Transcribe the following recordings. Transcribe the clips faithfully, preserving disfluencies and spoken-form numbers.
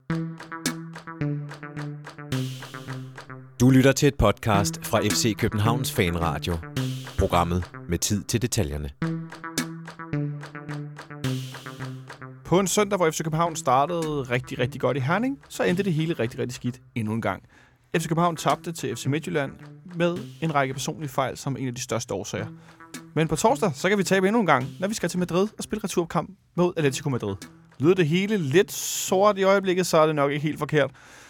Du lytter til et podcast fra F C Københavns Fanradio. Programmet med tid til detaljerne. På en søndag, hvor F C København startede rigtig, rigtig godt i Herning, så endte det hele rigtig, rigtig skidt endnu en gang. F C København tabte til F C Midtjylland med en række personlige fejl som en af de største årsager. Men på torsdag, så kan vi tabe endnu en gang, når vi skal til Madrid og spille returkamp mod Atletico Madrid. Lyder det hele lidt sort i øjeblikket, så er det nok ikke helt forkert.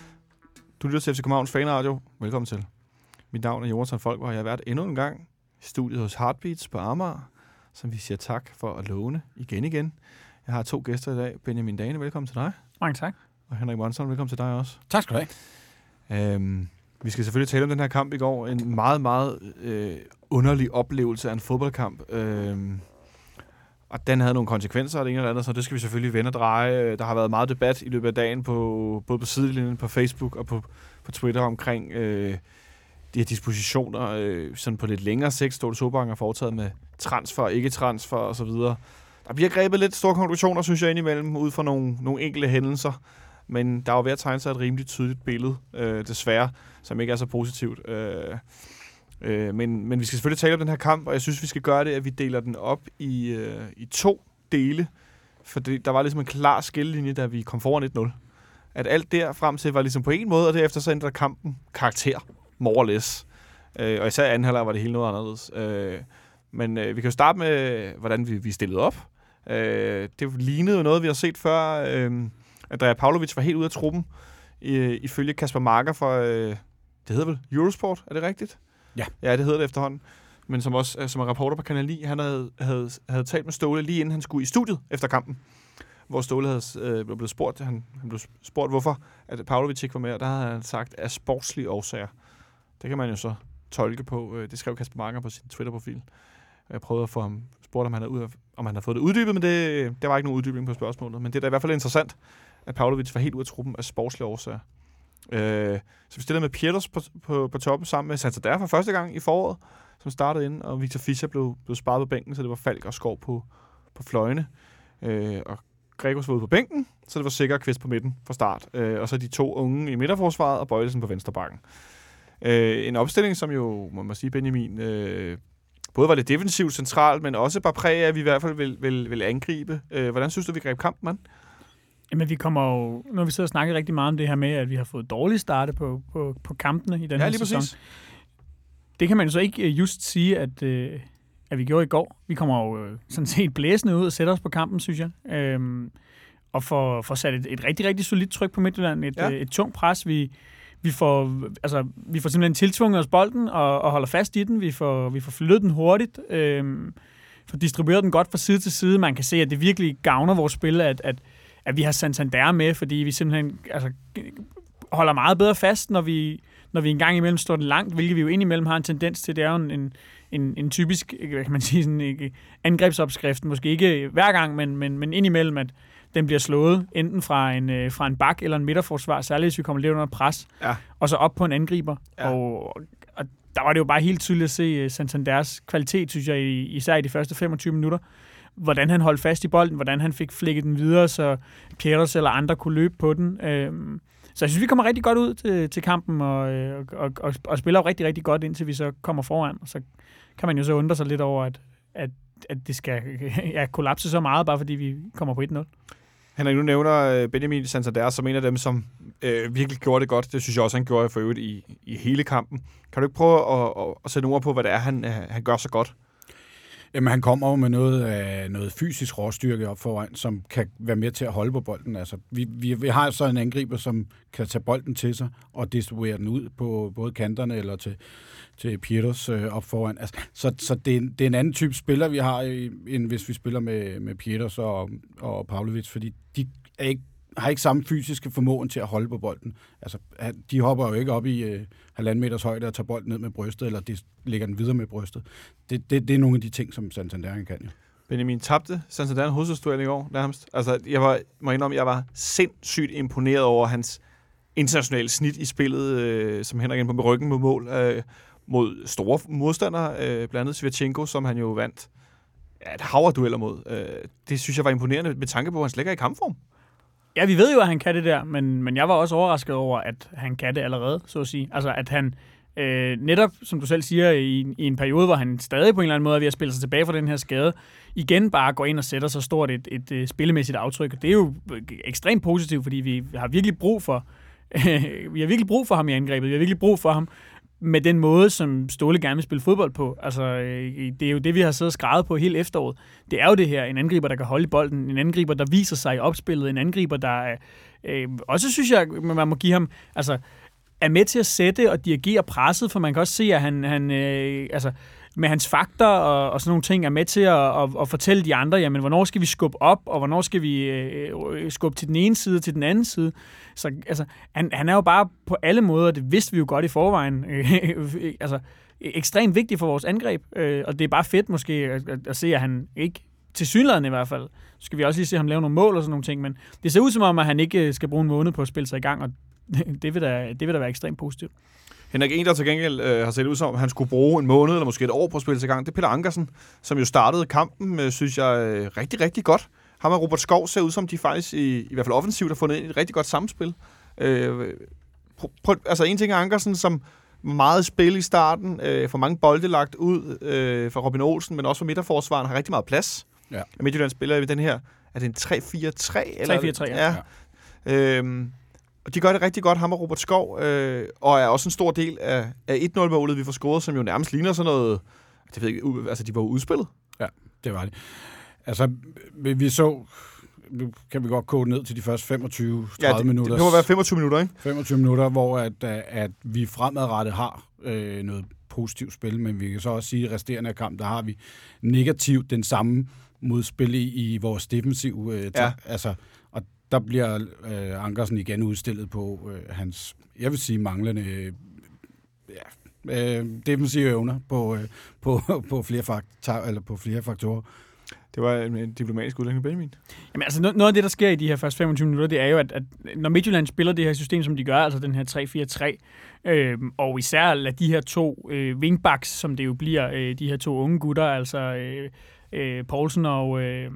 Du lytter til F C Københavns Fanradio. Velkommen til. Mit navn er Jonathan Folk, og jeg har været endnu en gang i studiet hos Heartbeats på Amager, som vi siger tak for at låne igen igen. Jeg har to gæster i dag. Benjamin Dane, velkommen til dig. Mange tak. Og Henrik Monson, velkommen til dig også. Tak skal du have. Øhm, vi skal selvfølgelig tale om den her kamp i går. En meget, meget øh, underlig oplevelse af en fodboldkamp. Øhm, og den havde nogle konsekvenser og det ene eller andet, så det skal vi selvfølgelig vende og dreje. Der har været meget debat i løbet af dagen, på, både på sidelinjen, på Facebook og på, på Twitter omkring øh, de her dispositioner, øh, sådan på lidt længere sigt, Ståle Solbakken har foretaget med transfer, ikke-transfer osv. Der bliver grebet lidt store konklusioner, synes jeg, indimellem, ud fra nogle, nogle enkelte hændelser. Men der er jo ved at tegne sig et rimelig tydeligt billede, øh, desværre, som ikke er så positivt. Øh, øh, men, men vi skal selvfølgelig tale om den her kamp, og jeg synes, vi skal gøre det, at vi deler den op i, øh, i to dele. For det, der var ligesom en klar skillelinje, da vi kom foran et nul. At alt der frem til var ligesom på en måde, og derefter så ændrede kampen karakter, more or less. Øh, og især i anden halvleg var det helt noget anderledes. Øh, men øh, vi kan jo starte med, hvordan vi, vi stillede op. Øh, det lignede jo noget, vi har set før. Øh, Andrea Pavlovic var helt ude af truppen, i, ifølge Kasper Marker fra, øh, det hedder vel Eurosport, er det rigtigt? Ja. Ja, det hedder det efterhånden. Men som også som er reporter på Kanal ni, han havde, havde, havde talt med Ståle lige inden han skulle i studiet efter kampen, hvor Ståle havde øh, blevet spurgt, han, han blev spurgt, hvorfor at Pavlovic ikke var med, og der havde han sagt, af sportslige årsager. Det kan man jo så tolke på. Det skrev Kasper Marker på sin Twitter-profil. Jeg prøvede at få ham spurgt, om han havde, om han havde fået det uddybet, men det, der var ikke nogen uddybning på spørgsmålet. Men det er da i hvert fald interessant, at Pavlovic var helt ude af truppen af sportslige årsager. Øh, så vi stillede med Pieters på, på, på toppen sammen med Santander for første gang i foråret, som startede ind, og Victor Fischer blev, blev sparet på bænken, så det var Falk og Skov på, på fløjene. Øh, og Gregos var ude på bænken, så det var Sikker og Kvist på midten fra start. Øh, og så de to unge i midterforsvaret og Bøjlesen på venstrebakken. Øh, en opstilling, som jo, må man sige, Benjamin, øh, både var det defensivt centralt, men også bare præg af, at vi i hvert fald vil, vil, vil angribe. Øh, hvordan synes du, vi greb kampen, mand? Jamen, vi kommer jo... Nu har vi siddet og snakket rigtig meget om det her med, at vi har fået dårlige starte på, på, på kampene i den ja, her lige sæson. Præcis. Det kan man jo så ikke just sige, at, øh, at vi gjorde i går. Vi kommer jo øh, sådan set blæsende ud og sætter os på kampen, synes jeg. Øhm, og får, får sat et, et rigtig, rigtig solidt tryk på Midtjylland. Et, ja. øh, et tungt pres. Vi... Vi får, altså, vi får simpelthen tiltvunget os bolden og, og holder fast i den. Vi får, vi får flyttet den hurtigt. Øhm, får distribueret den godt fra side til side. Man kan se, at det virkelig gavner vores spil, at, at, at vi har Santander med, fordi vi simpelthen altså, holder meget bedre fast, når vi, når vi engang imellem står det langt, hvilket vi jo indimellem har en tendens til. Det er jo en, en, en typisk, hvad kan man sige, sådan, ikke, angrebsopskrift. Måske ikke hver gang, men, men, men indimellem, at den bliver slået enten fra en, øh, fra en bak eller en midterforsvar, særligt hvis vi kommer lidt under pres, ja. Og så op på en angriber. Ja. Og, og der var det jo bare helt tydeligt at se Santanders kvalitet, synes jeg, især i de første femogtyve minutter. Hvordan han holdt fast i bolden, hvordan han fik flækket den videre, så Pieters eller andre kunne løbe på den. Øhm, så jeg synes, vi kommer rigtig godt ud til, til kampen, og, og, og, og spiller jo rigtig, rigtig godt, indtil vi så kommer foran. Og så kan man jo så undre sig lidt over, at, at, at det skal ja, kollapse så meget, bare fordi vi kommer på et nul. Henrik, nu nævner Benjamin Santander som en af dem, som øh, virkelig gjorde det godt. Det synes jeg også, han gjorde for øvrigt i, i hele kampen. Kan du ikke prøve at, at, at sætte ord på, hvad det er, han, han gør så godt? Jamen, han kommer jo med noget, øh, noget fysisk råstyrke op foran, som kan være med til at holde på bolden. Altså, vi, vi, vi har så en angriber, som kan tage bolden til sig og distribuere den ud på både kanterne eller til, til Pieters øh, op foran. Altså, så så det, er en, det er en anden type spiller, vi har, end hvis vi spiller med, med Pieters og, og Pavlovic, fordi de er ikke, har ikke samme fysiske formåen til at holde på bolden. Altså, de hopper jo ikke op i øh, halvanden meters højde og tager bolden ned med brystet, eller de lægger den videre med brystet. Det, det, det er nogle af de ting, som Santander kan jo. Benjamin tabte Santander en hovedstødsduel i går, nærmest. Altså, jeg var, må indrømme, jeg var sindssygt imponeret over hans internationale snit i spillet, øh, som Henrik ind på med ryggen mod mål, øh, mod store modstandere, øh, blandt andet Svirchenko, som han jo vandt ja, et hav af dueller mod. Øh, det synes jeg var imponerende med tanke på, at han slet ikke er i kampform. Ja, vi ved jo, at han kan det der, men, men jeg var også overrasket over, at han kan det allerede, så at sige. Altså, at han øh, netop, som du selv siger, i, i en periode, hvor han stadig på en eller anden måde er ved at spille sig tilbage fra den her skade, igen bare går ind og sætter så stort et, et, et spillemæssigt aftryk. Det er jo ekstremt positivt, fordi vi har virkelig brug for, øh, vi har virkelig brug for ham i angrebet. Vi har virkelig brug for ham med den måde, som Ståle gerne vil spille fodbold på. Altså, øh, det er jo det, vi har siddet og skrevet på hele efteråret. Det er jo det her, en angriber, der kan holde i bolden, en angriber, der viser sig i opspillet, en angriber, der er, øh, også synes jeg, man må give ham, altså, er med til at sætte og dirigere presset, for man kan også se, at han, han øh, altså, med hans fakter og, og sådan nogle ting, er med til at, at, at fortælle de andre, jamen, hvornår skal vi skubbe op, og hvornår skal vi øh, skubbe til den ene side, til den anden side. Så altså, han, han er jo bare på alle måder, det vidste vi jo godt i forvejen, øh, øh, altså, ekstremt vigtig for vores angreb, øh, og det er bare fedt måske at, at, at se, at han ikke, tilsyneladende i hvert fald, så skal vi også lige se ham lave nogle mål og sådan nogle ting, men det ser ud som om, at han ikke skal bruge en måned på at spille sig i gang, og det vil da, det vil da være ekstremt positivt. Henrik, en, der til gengæld øh, har set ud som, at han skulle bruge en måned eller måske et år på at spille sig i gang, det er Peter Ankersen, som jo startede kampen, øh, synes jeg, øh, rigtig, rigtig godt. Ham og Robert Skov ser ud som, de faktisk i, i hvert fald offensivt har fundet et rigtig godt samspil. Øh, prøv, prøv, altså en ting er Ankersen, som meget spil i starten, øh, for mange bolde lagt ud øh, for Robin Olsen, men også for midterforsvaren, har rigtig meget plads. Ja. Midtjylland spiller i den her, er det en tre fire tre? tre fire tre, ja. ja. Øhm, og de gør det rigtig godt, ham og Robert Skov, øh, og er også en stor del af, af et nul-målet, vi får scoret, som jo nærmest ligner sådan noget, det ved ikke, altså de var jo udspillet. Ja, det var det. Altså, vi så, nu kan vi godt koge ned til de første femogtyve til tredive ja, det, minutter. Det må være femogtyve minutter, ikke? femogtyve minutter, hvor at, at vi fremadrettet har øh, noget positivt spil, men vi kan så også sige, at resterende af kamp, der har vi negativt den samme modspil i, i vores defensiv. Øh, ja. Altså, og der bliver øh, Ankersen igen udstillet på øh, hans, jeg vil sige, manglende øh, ja, øh, defensive evner på, øh, på, på, flere faktor, eller på flere faktorer. Det var en, en diplomatisk udlægning, Benjamin. Jamen altså, noget af det, der sker i de her første femogtyve minutter, det er jo, at, at når Midtjylland spiller det her system, som de gør, altså den her tre fire tre, øh, og især lader de her to øh, wingbacks, som det jo bliver, øh, de her to unge gutter, altså øh, øh, Poulsen og øh,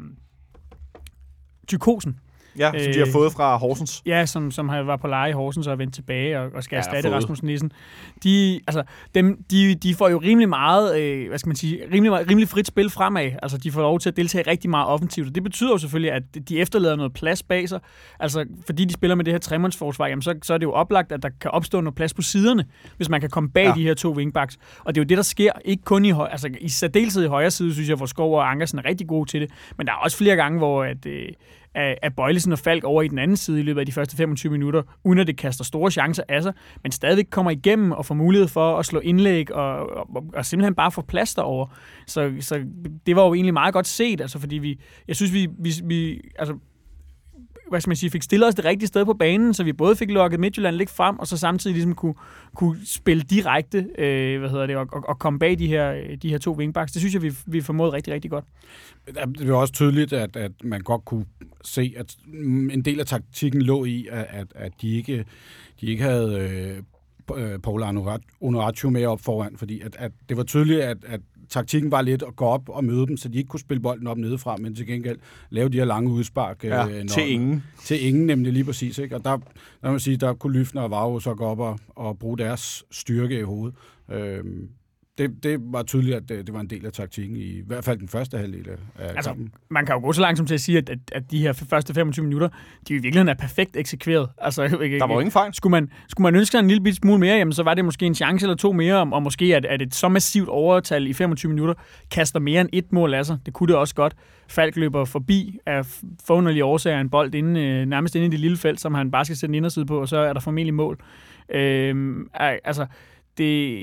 Tykosen. Ja, som de har fået fra Horsens. Ja, som, som var på leje i Horsens og er vendt tilbage og, og skal ja, erstatte Rasmus Nielsen. De, altså, dem, de, de får jo rimelig meget, øh, hvad skal man sige, rimelig, rimelig frit spil fremad. Altså, de får lov til at deltage rigtig meget offensivt. Og det betyder jo selvfølgelig, at de efterlader noget plads bag sig. Altså, fordi de spiller med det her tremandsforsvar, jamen, så, så er det jo oplagt, at der kan opstå noget plads på siderne, hvis man kan komme bag ja. de her to wingbacks. Og det er jo det, der sker. Ikke kun i højre, altså i særdeleshed i højre side, synes jeg, hvor Skov og Ankersen er rigtig gode til det. Men der er også flere gange, hvor at, øh, at Bøjlesen og Falk over i den anden side i løbet af de første femogtyve minutter, uden at det kaster store chancer af sig, men stadigvæk kommer igennem og får mulighed for at slå indlæg og, og, og simpelthen bare få plads derover. Så, så det var jo egentlig meget godt set, altså fordi vi, jeg synes vi, vi, vi altså, hvad skal man sige, fik stillet os det rigtige sted på banen, så vi både fik lukket Midtjylland lidt frem, og så samtidig ligesom kunne, kunne spille direkte, øh, hvad hedder det, og, og, og komme bag de her, de her to wingbacks. Det synes jeg, vi, vi formåede rigtig, rigtig godt. Det var også tydeligt, at, at man godt kunne se, at en del af taktikken lå i, at, at de, ikke, de ikke havde øh, Paul Onuachu med op foran, fordi at, at det var tydeligt, at, at taktikken var lidt at gå op og møde dem, så de ikke kunne spille bolden op nedefra, men til gengæld lave de her lange udspark. Ja, øh, når, til ingen. Til ingen, nemlig lige præcis. Ikke? Og der, der må man sige, der kunne Lyfner og Vavro så gå op og, og bruge deres styrke i hovedet. Øhm, det, det var tydeligt, at det, det var en del af taktikken, i, i hvert fald den første halvdel af altså, kampen. Man kan jo gå så langt som til at sige, at, at, at de her første femogtyve minutter, de i virkeligheden er perfekt eksekveret. Altså, der var jo ingen fejl. Skulle man, skulle man ønske sig en lille bit smule mere, jamen, så var det måske en chance eller to mere, og måske at, at et så massivt overtal i femogtyve minutter kaster mere end et mål af sig. Det kunne det også godt. Falk løber forbi af forunderlige årsager en bold inde, nærmest inde i det lille felt, som han bare skal sætte en inderside på, og så er der formentlig mål. Øhm, altså, det,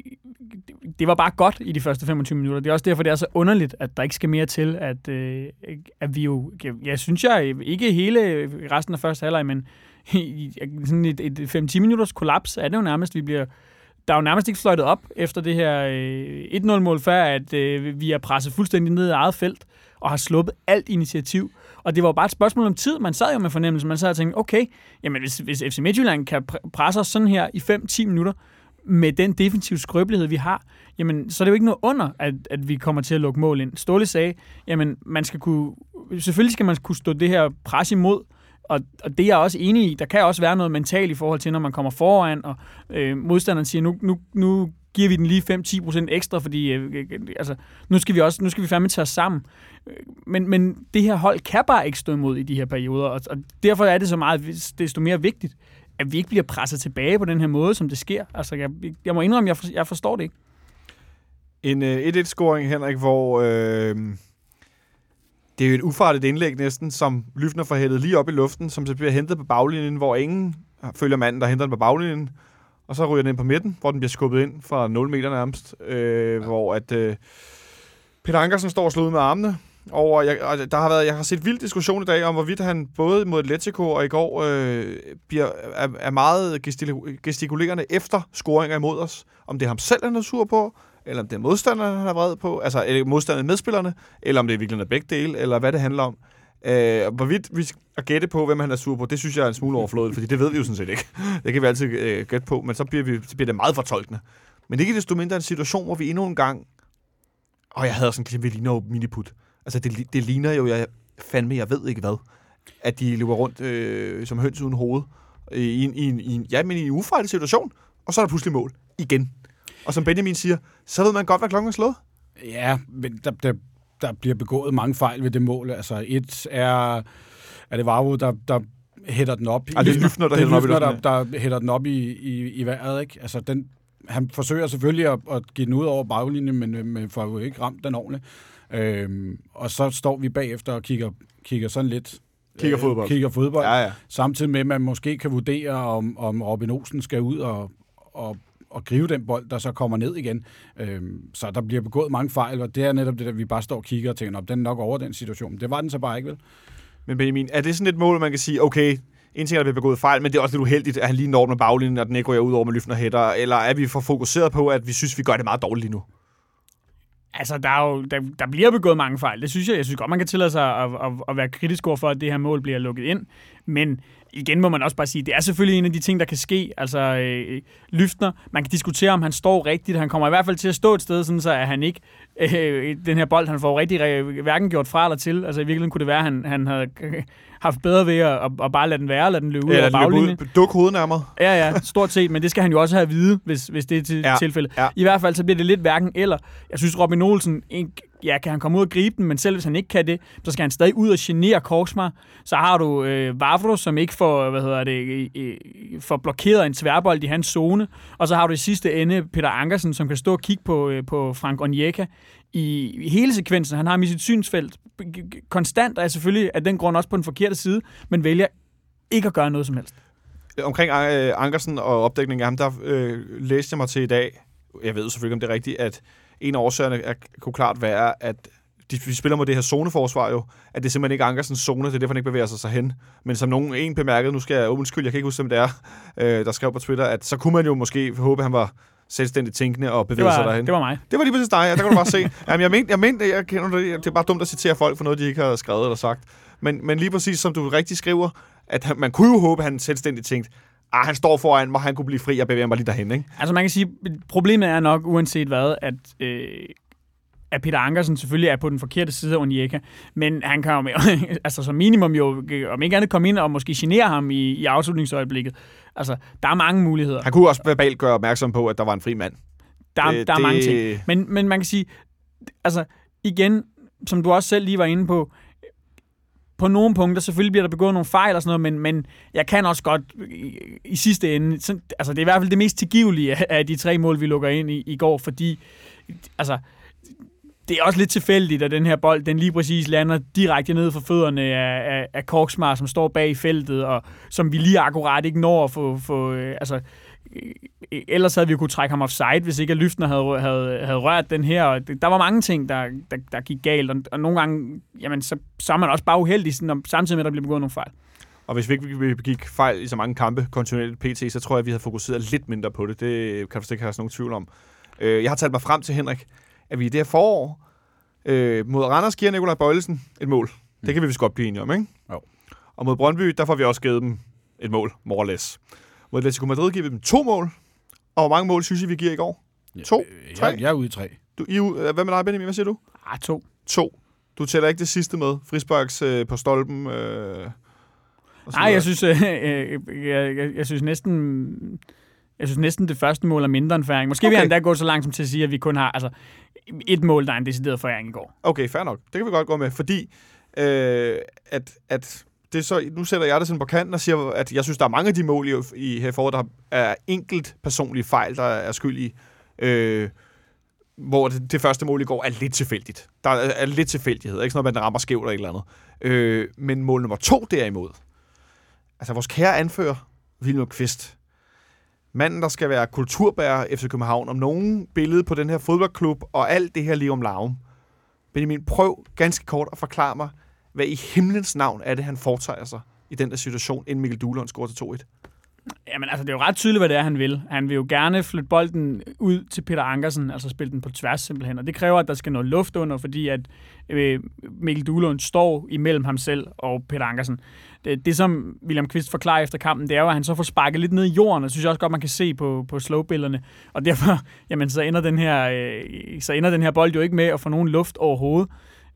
det var bare godt i de første femogtyve minutter. Det er også derfor, det er så underligt, at der ikke skal mere til, at, øh, at vi jo, jeg synes jeg, ikke hele resten af første halvleg, men i sådan et, et fem til ti minutters kollaps er det jo nærmest, vi bliver, der er jo nærmest ikke fløjtet op efter det her øh, et nul-mål, før at øh, vi er presset fuldstændig ned i eget felt, og har sluppet alt initiativ. Og det var jo bare et spørgsmål om tid. Man sad jo med fornemmelse, man sad og tænkte, okay, jamen hvis, hvis F C Midtjylland kan presse os sådan her i fem til ti minutter, med den defensive skrøbelighed, vi har, jamen, så er det jo ikke noget under, at, at vi kommer til at lukke mål ind. Ståle sagde, jamen, man skal kunne, selvfølgelig skal man kunne stå det her pres imod, Og, og det er jeg også enig i. Der kan også være noget mentalt i forhold til, når man kommer foran, og øh, modstanderen siger, nu, nu, nu giver vi den lige fem til ti procent ekstra, fordi øh, altså, nu skal vi også nu skal vi fandme tage os sammen. Men, men det her hold kan bare ikke stå imod i de her perioder, og, og derfor er det så meget desto mere vigtigt, at vi ikke bliver presset tilbage på den her måde, som det sker. Altså, jeg, jeg må indrømme, jeg, for, jeg forstår det ikke. En øh, et et-scoring, Henrik, hvor øh, det er jo et ufarligt indlæg næsten, som Lyftner får hættet lige op i luften, som så bliver hentet på baglinjen, hvor ingen følger manden, der henter den på baglinjen, og så ryger den ind på midten, hvor den bliver skubbet ind fra nul meter nærmest, øh, ja. hvor at øh, Peter Ankersen står og slår ud med armene. Og jeg, og der har været, jeg har set vild diskussion i dag om, hvorvidt han både mod Atletico og i går øh, bliver, er, er meget gestikulerende efter scoringer imod os. Om det er ham selv, han er sur på, eller om det er modstanderne, han er vred på, altså eller modstanderne medspillerne, eller om det er virkelig er begge dele, eller hvad det handler om. Øh, hvorvidt vi skal gætte på, hvem han er sur på, det synes jeg er en smule overflødigt, fordi det ved vi jo sådan set ikke. Det kan vi altid øh, gætte på, men så bliver, vi, så bliver det meget fortolkende. Men det er ikke desto mindre en situation, hvor vi endnu en gang, og jeg havde sådan en vi ligner jo miniput. Altså, det, det ligner jo, jeg fandme, jeg ved ikke hvad, at de løber rundt øh, som høns uden hoved i en, i en, i en, ja, men i en ufarlig situation, og så er der pludselig mål igen. Og som Benjamin siger, så ved man godt, hvad klokken er slået. Ja, men der, der, der bliver begået mange fejl ved det mål. Altså, et er, er det Vavro, der, der hætter den op. Ja, det er Lyftner, der, hætter, Lyftner, den der, der hætter den op i, i, i vejret, ikke? Altså, den, han forsøger selvfølgelig at, at give den ud over baglinjen, men, men får jo ikke ramt den ordentligt. Øhm, og så står vi bagefter og kigger, kigger sådan lidt... Kigger fodbold. Øh, kigger fodbold. Ja, ja. Samtidig med, at man måske kan vurdere, om, om Robin Olsen skal ud og, og, og gribe den bold, der så kommer ned igen. Øhm, så der bliver begået mange fejl, og det er netop det, der vi bare står og kigger og tænker, den er nok over den situation. Det var den så bare ikke, vel? Men Benjamin, er det sådan et mål, man kan sige, okay, en ting er, der bliver begået fejl, men det er også lidt uheldigt, at han lige når med baglinjen, og den ikke går ud over med Lyftner hætter, eller er vi for fokuseret på, at vi synes, vi gør det meget dårligt lige nu? Altså, der, er jo, der, der bliver begået mange fejl. Det synes jeg. Jeg synes godt, man kan tillade sig at, at, at være kritisk over for, at det her mål bliver lukket ind. Men igen må man også bare sige, det er selvfølgelig en af de ting, der kan ske. Altså, øh, Lyftner, man kan diskutere, om han står rigtigt. Han kommer i hvert fald til at stå et sted, sådan så at han ikke, øh, den her bold, han får rigtig øh, hverken gjort fra eller til. Altså, i virkeligheden kunne det være, at han, han havde øh, haft bedre ved at, at bare lade den være, lade den løbe ud af baglinjen. Duk hovedet nærmere. Ja, ja, stort set, men det skal han jo også have at vide, hvis, hvis det er til ja, tilfælde. Ja. I hvert fald, så bliver det lidt hverken eller. Jeg synes, Robin Olsen, ikke, ja, kan han komme ud og gribe den, men selv hvis han ikke kan det, så skal han stadig ud og genere Korksmar. Så har du øh, Vavro, som ikke får, hvad hedder det, øh, får blokeret en tværbold i hans zone, og så har du i sidste ende Peter Ankersen, som kan stå og kigge på, øh, på Frank Onyeka i, i hele sekvensen. Han har ham i sit synsfelt konstant, og er selvfølgelig af den grund også på den forkerte side, men vælger ikke at gøre noget som helst. Omkring øh, Ankersen og opdækningen af ham, der øh, læste jeg mig til i dag, jeg ved selvfølgelig, om det er rigtigt, at en af årsagerne er, kunne klart være, at de, vi spiller mod det her zoneforsvar jo, at det er simpelthen ikke Ankersens zone, det er derfor, han ikke bevæger sig så hen. Men som nogen en bemærkede, nu skal jeg undskylde, jeg kan ikke huske, hvem det er, øh, der skrev på Twitter, at så kunne man jo måske håbe, at han var selvstændigt tænkende og bevæge sig derhen. Det var mig. Det var lige præcis dig, ja, der kan du bare se. Jamen, jeg mente, jeg mente, jeg kender det, det er bare dumt at citere folk for noget, de ikke har skrevet eller sagt. Men, men lige præcis som du rigtig skriver, at han, man kunne jo håbe, at han selvstændigt tænkte, ah, han står foran mig, han kunne blive fri og bevæge mig lige derhen, ikke? Altså man kan sige, problemet er nok, uanset hvad, at, øh, at Peter Ankersen selvfølgelig er på den forkerte side af Onyeka, men han kan jo med, altså som minimum jo, om ikke andet komme ind og måske genere ham i, i afslutningsøjeblikket. Altså, der er mange muligheder. Han kunne også verbalt gøre opmærksom på, at der var en fri mand. Der, øh, der er det... mange ting. Men, men man kan sige, altså igen, som du også selv lige var inde på, på nogle punkter, selvfølgelig bliver der begået nogle fejl og sådan noget, men, men jeg kan også godt i, i sidste ende, så, altså det er i hvert fald det mest tilgivelige af de tre mål, vi lukker ind i, i går, fordi altså, det er også lidt tilfældigt, at den her bold, den lige præcis lander direkte ned for fødderne af, af, af Korksmar, som står bag i feltet, og som vi lige akkurat ikke når at få, få øh, altså, øh, ellers havde vi jo kunne trække ham offside, hvis ikke Lyftner havde, havde, havde rørt den her, og det, der var mange ting, der, der, der gik galt, og, og nogle gange, jamen, så, så er man også bare uheldig, når, samtidig med, at der bliver begået nogle fejl. Og hvis vi ikke begik fejl i så mange kampe kontinuerligt P T, så tror jeg, at vi havde fokuseret lidt mindre på det. Det kan du ikke have nogen tvivl om. Jeg har talt mig frem til, Henrik, at vi i det her forår øh, mod Randers giver Nikolaj Bøjlesen et mål. Mm. Det kan vi vist godt blive enige om, ikke? Jo. Og mod Brøndby, der får vi også givet dem et mål, more or less. Mod Atletico Madrid giver vi dem to mål. Og hvor mange mål synes I, vi giver i går? Ja, to? Tre? Jeg, jeg er ude i tre. Du, I, hvad med dig, Benjamin? Hvad siger du? Ah, to. To. Du tæller ikke det sidste med. Frisparks øh, på stolpen. Øh... Nej, jeg synes, øh, jeg, jeg, jeg synes næsten... Jeg synes næsten, det første mål er mindre end foræring. Måske okay. vil han da gå så langt som til at sige, at vi kun har altså, et mål, der er en decideret foræring i går. Okay, fair nok. Det kan vi godt gå med, fordi øh, at, at det så, nu sætter jeg det sådan på kanten og siger, at jeg synes, der er mange af de mål i, i her foråret, der er enkelt personlige fejl, der er skyld i, øh, hvor det, det første mål i går er lidt tilfældigt. Der er, er lidt tilfældighed, ikke sådan noget, man rammer skævt eller et eller andet. Øh, men mål nummer to derimod, altså vores kære anfører, William Kvist, manden, der skal være kulturbærer F C København, om nogen billede på den her fodboldklub, og alt det her lige om larven. Benjamin, prøv ganske kort at forklare mig, hvad i himlens navn er det, han foretager sig i den der situation, inden Mikkel Duelund scorer til to et? Jamen altså, det er jo ret tydeligt, hvad det er, han vil. Han vil jo gerne flytte bolden ud til Peter Ankersen, altså spille den på tværs simpelthen, og det kræver, at der skal noget luft under, fordi at øh, Mikkel Duelund står imellem ham selv og Peter Ankersen. Det, det som William Kvist forklarer efter kampen, det er jo, at han så får sparket lidt ned i jorden, og synes jeg også godt, man kan se på, på slowbillederne, og derfor, jamen, så ender, den her, øh, så ender den her bold jo ikke med at få nogen luft overhovedet.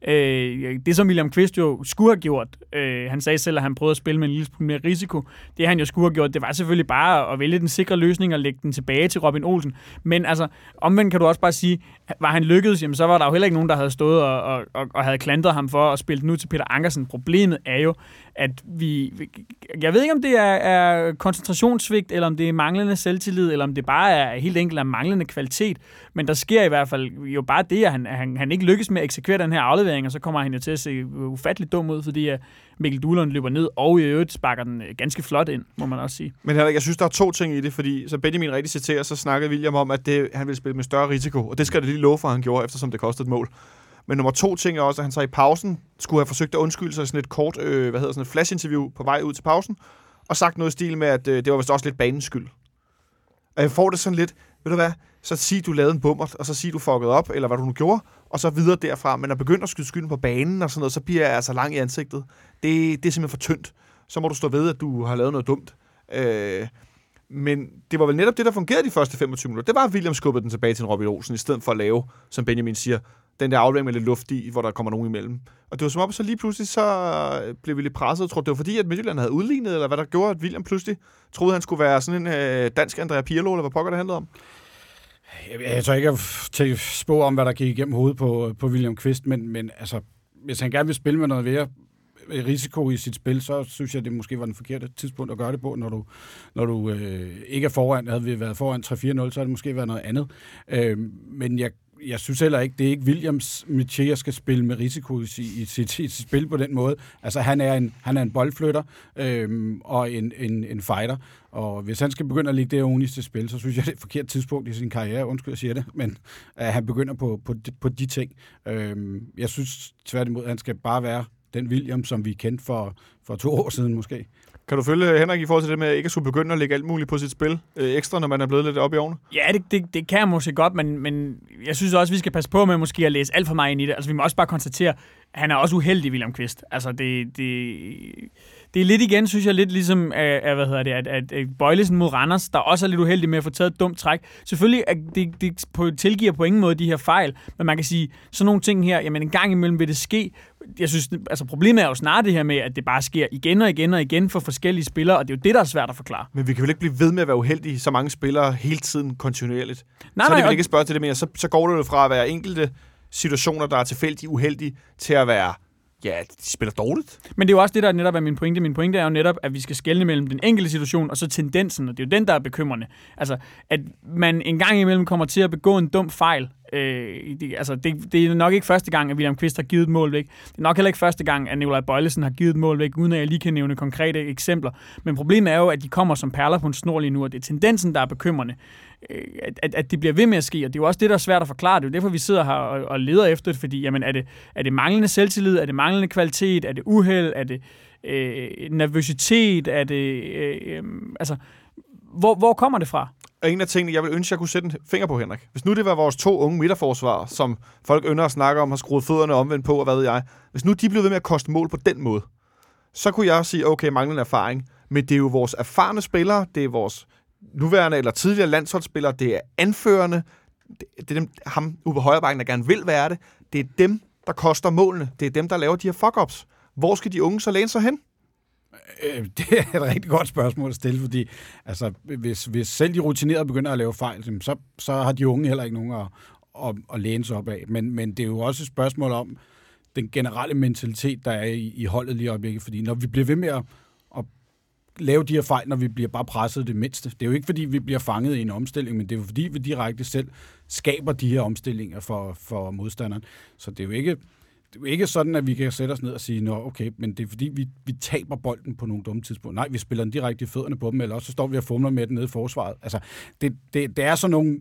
Øh, det som William Kvist jo skulle have gjort, øh, han sagde selv, at han prøvede at spille med en lille smule mere risiko, det han jo skulle have gjort, det var selvfølgelig bare at vælge den sikre løsning og lægge den tilbage til Robin Olsen, men altså, omvendt kan du også bare sige, var han lykkedes, jamen så var der jo heller ikke nogen, der havde stået og, og, og, og havde klandret ham for at spille den ud til Peter Ankersen. Problemet er jo, at vi, jeg ved ikke om det er, er koncentrationssvigt, eller om det er manglende selvtillid, eller om det bare er helt enkelt er manglende kvalitet, men der sker i hvert fald jo bare det, at han, han, han ikke lykkes med at eksekvere den her aflevering, og så kommer han jo til at se ufatteligt dum ud, fordi Mikkel Duelund løber ned, og i øvrigt sparker den ganske flot ind, må man også sige. Men Henrik, jeg synes, der er to ting i det, fordi så Benjamin rigtig citerer, så snakkede William om, at det, han ville spille med større risiko, og det skal det lige love for, han gjorde, eftersom det kostede et mål. Men nummer to ting er også, at han så i pausen skulle have forsøgt at undskylde sig i sådan et kort, øh, hvad hedder sådan et flash-interview på vej ud til pausen, og sagt noget i stil med, at øh, det var vist også lidt banens skyld. Og jeg får det sådan lidt, ved du hvad, så sig, du lavede en bummert, og så sig, du fuckede op, eller hvad du nu gjorde, og så videre derfra. Men at begynde at skyde skylden på banen og sådan noget, så bliver jeg altså lang i ansigtet. Det, det er simpelthen for tyndt. Så må du stå ved, at du har lavet noget dumt. Øh, men det var vel netop det, der fungerede de første femogtyve minutter. Det var, at William skubbede den tilbage til en Robin Olsen, i stedet for at lave, som Benjamin siger, den der aflevering med lidt luft i, hvor der kommer nogen imellem. Og det var som om, så lige pludselig, så blev vi lidt presset. Jeg tror, det var fordi, at Midtjylland havde udlignet, eller hvad der gjorde, at William pludselig troede, han skulle være sådan en øh, dansk Andrea Pirlo, eller hvad pokker det handlede om. Jeg, jeg tror ikke at spå om, hvad der gik igennem hovedet på, på William Kvist, men, men altså, hvis han gerne vil spille med noget mere risiko i sit spil, så synes jeg, det måske var den forkerte tidspunkt at gøre det på, når du, når du øh, ikke er foran. Havde vi været foran tre fire nul, så havde det måske været noget andet. Øh, men jeg Jeg synes heller ikke, det er ikke Williams métier, skal spille med risiko i, i, sit, i sit spil på den måde. Altså, han er en, han er en boldflytter øhm, og en, en, en fighter, og hvis han skal begynde at lægge det oven i sit spil, så synes jeg, det er et forkert tidspunkt i sin karriere, undskyld, jeg siger det, men øh, han begynder på, på, de, på de ting. Øhm, jeg synes tværtimod, at han skal bare være den William, som vi kendte for, for to år siden måske. Kan du følge Henrik i forhold til det med, at ikke at skulle begynde at lægge alt muligt på sit spil øh, ekstra, når man er blevet lidt oppe i årene? Ja, det, det, det kan jeg måske godt, men, men jeg synes også, at vi skal passe på med måske at læse alt for meget ind i det. Altså, vi må også bare konstatere, at han er også uheldig, William Kvist. Altså, det, det, det er lidt igen, synes jeg, lidt ligesom, at, hvad hedder det, at, at, at Bøjlesen mod Randers, der også er lidt uheldig med at få taget et dumt træk. Selvfølgelig, at det, det tilgiver på ingen måde de her fejl, men man kan sige, sådan nogle ting her, jamen en gang imellem vil det ske. Jeg synes, altså problemet er jo snart det her med, at det bare sker igen og igen og igen for forskellige spillere, og det er jo det, der er svært at forklare. Men vi kan vel ikke blive ved med at være uheldige, så mange spillere hele tiden kontinuerligt? Nej, så er det nej, vel ikke spørge til det mere. Så, så går det jo fra at være enkelte situationer, der er tilfældige uheldige, til at være, ja, de spiller dårligt. Men det er jo også det, der netop er min pointe. Min pointe er jo netop, at vi skal skelne mellem den enkelte situation og så tendensen, og det er jo den, der er bekymrende. Altså, at man en gang imellem kommer til at begå en dum fejl. Øh, det, altså, det, det er nok ikke første gang, at William Kvist har givet et mål væk. Det er nok heller ikke første gang, at Nikolaj Bøjlesen har givet et mål væk, uden at jeg lige kan nævne konkrete eksempler. Men problemet er jo, at de kommer som perler på en snor lige nu, og det er tendensen, der er bekymrende. At, at, at det bliver ved med at ske, og det er jo også det, der er svært at forklare. Det er jo derfor, vi sidder her og, og leder efter det, fordi jamen, er, det, er det manglende selvtillid, er det manglende kvalitet, er det uheld, er det øh, nervøsitet, er det... Øh, øh, altså, hvor, hvor kommer det fra? Og en af tingene, jeg vil ønske, jeg kunne sætte en finger på, Henrik. Hvis nu det var vores to unge midterforsvarer, som folk ynder at snakke om, har skruet fødderne omvendt på, og hvad ved jeg. Hvis nu de blev ved med at koste mål på den måde, så kunne jeg sige, okay, manglende erfaring. Men det er jo vores erfarne spillere, det er vores nuværende eller tidligere landsholdsspillere, det er anførerne, det er dem, ham ude på højrebakken, der gerne vil være det. Det er dem, der koster målene. Det er dem, der laver de her fuck-ups. Hvor skal de unge så læne sig hen? Øh, det er et rigtig godt spørgsmål at stille, fordi altså, hvis, hvis selv de rutinerede begynder at lave fejl, så, så har de unge heller ikke nogen at, at, at læne sig op af. Men, men det er jo også et spørgsmål om den generelle mentalitet, der er i, i holdet lige i øjeblikket, fordi når vi bliver ved med at, at lave de her fejl, når vi bliver bare presset det mindste. Det er jo ikke, fordi vi bliver fanget i en omstilling, men det er jo, fordi vi direkte selv skaber de her omstillinger for, for modstanderen. Så det er jo ikke... Det er jo ikke sådan, at vi kan sætte os ned og sige, nå okay, men det er fordi, vi, vi taber bolden på nogle dumme tidspunkter. Nej, vi spiller den direkte i fødderne på dem, eller også så står vi og fumler med den nede i forsvaret. Altså, det, det, det er sådan nogle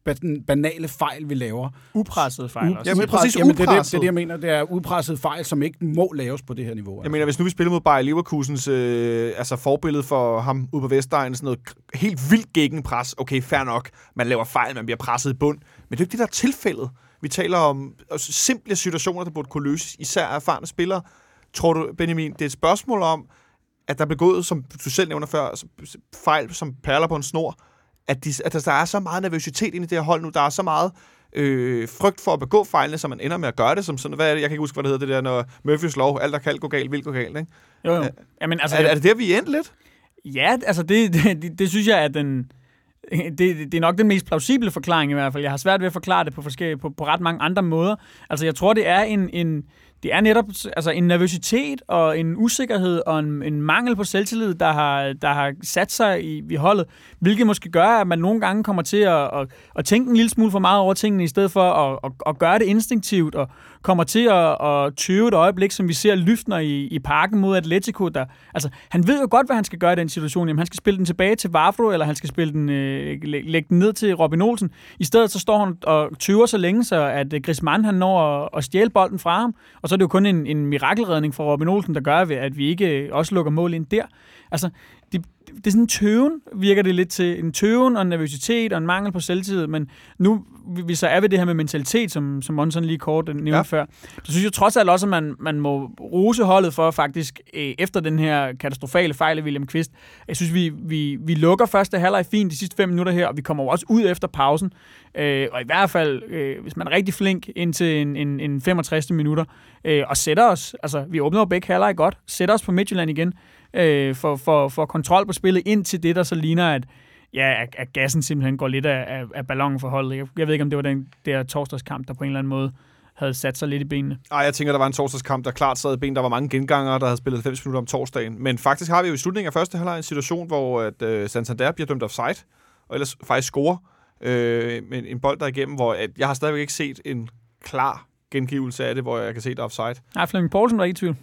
banale fejl, vi laver. Upressede fejl U- også. Jamen, præcis Jamen, det, er det, upresset. det er det, jeg mener. Det er upressede fejl, som ikke må laves på det her niveau. Jeg mener, hvis nu vi spiller mod Bayer Leverkusens øh, altså forbillede for ham ude på Vestegnen, sådan noget helt vildt gegenpres. Okay, fair nok. Man laver fejl, man bliver presset i bund. Men det er ikke det, der er tilfældet. Vi taler om simple situationer, der burde kunne løses, især af erfarne spillere. Tror du, Benjamin, det er et spørgsmål om, at der er begået, som du selv nævner før, fejl som perler på en snor, at, de, at der er så meget nervøsitet inde i det her hold nu, der er så meget øh, frygt for at begå fejlene, så man ender med at gøre det som sådan, hvad er det, jeg kan ikke huske, hvad det hedder, det der, når Murphys lov, alt der kan gå galt, vil gå galt, ikke? Jo, jo. Jamen, altså, er, er det der, vi er endt lidt? Ja, altså det, det, det, det synes jeg er den... Det, det er nok den mest plausible forklaring i hvert fald. Jeg har svært ved at forklare det på, forskellige, på, på ret mange andre måder. Altså jeg tror, det er en... en Det er netop altså en nervøsitet og en usikkerhed og en, en mangel på selvtillid, der har, der har sat sig i, i holdet, hvilket måske gør, at man nogle gange kommer til at, at, at tænke en lille smule for meget over tingene, i stedet for at, at, at gøre det instinktivt, og kommer til at, at tøve et øjeblik, som vi ser Lyftner i, i parken mod Atletico. Der, altså, han ved jo godt, hvad han skal gøre i den situation. Jamen, han skal spille den tilbage til Vavro, eller han skal spille den, øh, lægge den ned til Robin Olsen. I stedet så står han og tøver så længe, så at Griezmann han når at, at stjæle bolden fra ham, og så er det jo kun en, en mirakelredning fra Robin Olsen, der gør, at vi ikke også lukker mål ind der. Altså, det, det er sådan en tøven, virker det lidt til. En tøven og en nervøsitet og en mangel på selvtillid, men nu vi så er ved det her med mentalitet, som, som Monson lige kort nævnte ja. før, så synes jeg trods alt også, at man, man må rose holdet for faktisk, øh, efter den her katastrofale fejl af William Kvist. Jeg synes, vi, vi, vi lukker første halvleg fint de sidste fem minutter her, og vi kommer også ud efter pausen. Øh, og i hvert fald, øh, hvis man er rigtig flink indtil en, en, en femogtres minutter, øh, og sætter os, altså vi åbner jo begge halvleg godt, sætter os på Midtjylland igen, øh, for, for, for kontrol på spillet ind til det, der så ligner, at ja, at gassen simpelthen går lidt af, af, af ballonen for holdet. Jeg, jeg ved ikke, om det var den der torsdagskamp, der på en eller anden måde havde sat sig lidt i benene. Ej, jeg tænker, der var en torsdagskamp, der klart sad i ben. Der var mange gengangere, der havde spillet halvfems minutter om torsdagen. Men faktisk har vi jo i slutningen af første halvleg en situation, hvor at, øh, Santander bliver dømt offside, og ellers faktisk scorer øh, med en bold der igennem, hvor at, jeg har stadigvæk ikke set en klar gengivelse af det, hvor jeg kan se det offside. Nej, Flemming Poulsen var ikke i tvivl.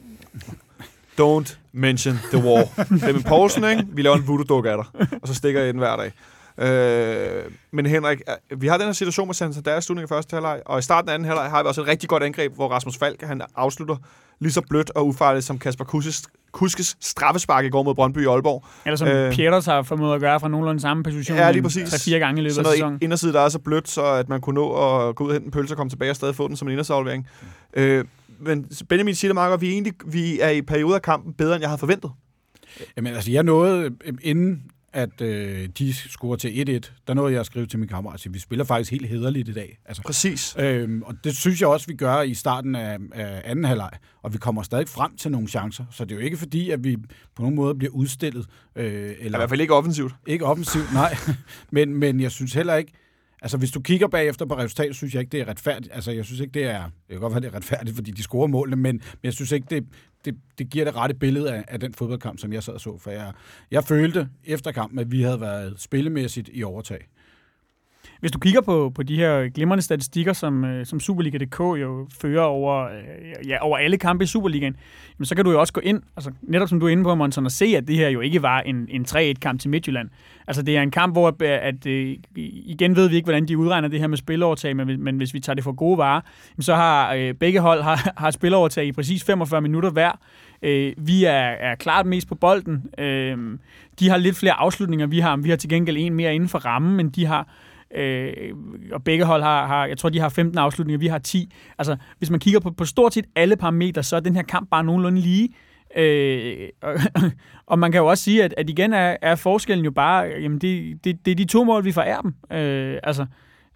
Don't mention the war. Flemming Poulsen, ikke? Vi laver en voodoo-duk af dig, og så stikker jeg den hver dag. Øh, men Henrik, vi har den her situation med Santander i slutningen af første halvleg, og i starten af anden halvleg har vi også et rigtig godt angreb, hvor Rasmus Falk han afslutter lige så blødt og ufarligt som Kasper Kuskes, Kuskes straffespark i går mod Brøndby i Aalborg. Eller som øh, Pieters har formået at gøre fra nogenlunde samme position. Ja, lige præcis. tre-fire gange i løbet af sæsonen. Så inderside, der er så blødt, så at man kunne nå at gå ud og hente en pølse og komme tilbage og stadig få den som en inderseaflevering. Mm. Øh, men Benjamin siger det meget godt, vi er egentlig vi er i perioder af kampen bedre, end jeg havde forventet. Jamen altså, jeg nåede inden at øh, de scorer til et-et, der nåede jeg at skrive til min kammerat, at vi spiller faktisk helt hæderligt i dag. Altså, præcis. Øhm, og det synes jeg også, vi gør i starten af, af anden halvleg, og vi kommer stadig frem til nogle chancer. Så det er jo ikke fordi, at vi på nogen måde bliver udstillet. Øh, eller, I hvert fald ikke offensivt. Ikke offensivt, nej. men, men jeg synes heller ikke, altså hvis du kigger bagefter på resultatet, synes jeg ikke, det er retfærdigt. Altså jeg synes ikke, det er, det kan godt være, det er retfærdigt, fordi de scorer målene, men, men jeg synes ikke, det Det, det giver det rette billede af, af den fodboldkamp, som jeg sad og så. For jeg, jeg følte efter kampen, at vi havde været spillemæssigt i overtag. Hvis du kigger på, på de her glimrende statistikker, som, som Superliga punktum d k jo fører over, ja, over alle kampe i Superligaen, jamen, så kan du jo også gå ind, altså netop som du er inde på, Monson, og se, at det her jo ikke var en, en tre-et-kamp til Midtjylland. Altså det er en kamp, hvor at, at, igen ved vi ikke, hvordan de udregner det her med spilovertag, men, men hvis vi tager det for gode varer, så har øh, begge hold har, har spilovertag i præcis femogfyrre minutter hver. Øh, vi er, er klart mest på bolden. Øh, de har lidt flere afslutninger, vi har. Vi har til gengæld en mere inden for rammen, men de har Øh, og begge hold har, har, jeg tror, de har femten afslutninger, vi har ti. Altså, hvis man kigger på, på stort set alle parametre, så er den her kamp bare nogenlunde lige. Øh, og, og man kan jo også sige, at, at igen er, er forskellen jo bare, jamen det, det, det er de to mål, vi forærer dem. Øh, altså,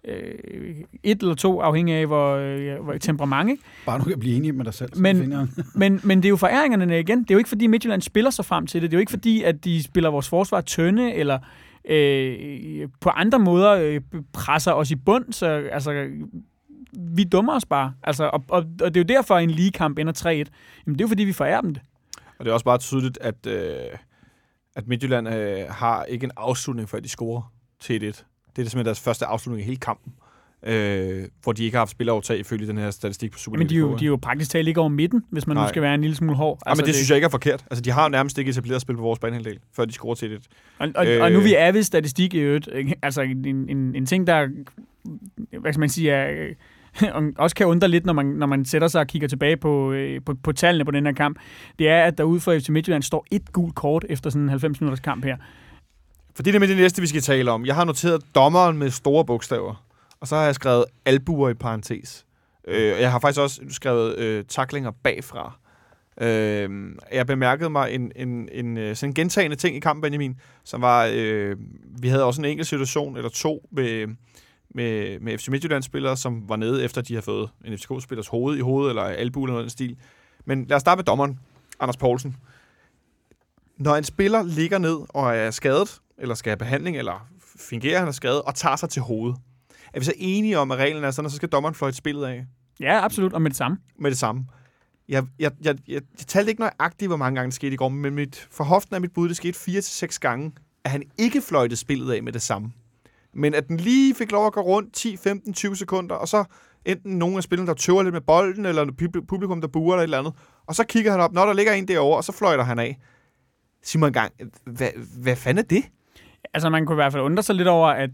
Øh, et eller to, afhængig af, hvor, øh, hvor temperament, ikke? Bare du kan blive enig med dig selv. Men, men, men det er jo foræringerne igen. Det er jo ikke, fordi Midtjylland spiller sig frem til det. Det er jo ikke, fordi at de spiller vores forsvar tynde, eller øh, på andre måder øh, presser os i bund. Så altså, vi dummer os bare. Altså, og, og, og det er jo derfor, at en ligekamp ender tre et. Jamen, det er jo, fordi vi forærer dem det. Og det er også bare tydeligt, at, øh, at Midtjylland øh, har ikke en afslutning, før de scorer til et et. Det er simpelthen deres første afslutning i hele kampen, øh, hvor de ikke har haft spilleovertag ifølge den her statistik på Superliga. Men de er, jo, de er jo praktisk talt ikke over midten, hvis man Nej. nu skal være en lille smule hård. Altså, ja, men det, det synes jeg ikke er forkert. Altså, de har nærmest ikke etableret spil på vores banehalvdel, før de scorer til et et. Og, og, øh, og nu vi er ved statistik i øvrigt, altså en, en, en ting, der hvad skal man sige, er, også kan undre lidt, når man, når man sætter sig og kigger tilbage på, på, på tallene på den her kamp, det er, at der ude for F C Midtjylland står et gult kort efter sådan en halvfems minutters kamp her. For det er med det næste, vi skal tale om. Jeg har noteret dommeren med store bogstaver, og så har jeg skrevet albuer i parentes. Øh, jeg har faktisk også skrevet øh, tacklinger bagfra. Øh, jeg bemærkede mig en, en, en sådan en gentagende ting i kampen, Benjamin, som var, øh, vi havde også en enkelt situation, eller to, med, med, med F C Midtjylland-spillere, som var nede efter, de har fået en F C K-spillers hoved i hovedet, eller albue eller noget den stil. Men lad os starte med dommeren, Anders Poulsen. Når en spiller ligger ned og er skadet, eller skal have behandling, eller fingerer, han er skadet, og tager sig til hovedet. Er vi så enige om, at reglen er sådan, så skal dommeren fløjte spillet af? Ja, absolut, og med det samme. Med det samme. Jeg, jeg, jeg, jeg, jeg talte ikke nøjagtigt, hvor mange gange det skete i går, men mit, for hoften af mit bud, det skete fire til seks gange, at han ikke fløjtede spillet af med det samme. Men at den lige fik lov at gå rundt ti, femten, tyve sekunder, og så enten nogle af spillerne, der tøver lidt med bolden, eller publikum, der buer eller et eller andet, og så kigger han op, når der ligger en derovre, og så fløjter han af. Sig mig en gang, hvad, hvad fanden er det? Altså, man kunne i hvert fald undre sig lidt over, at,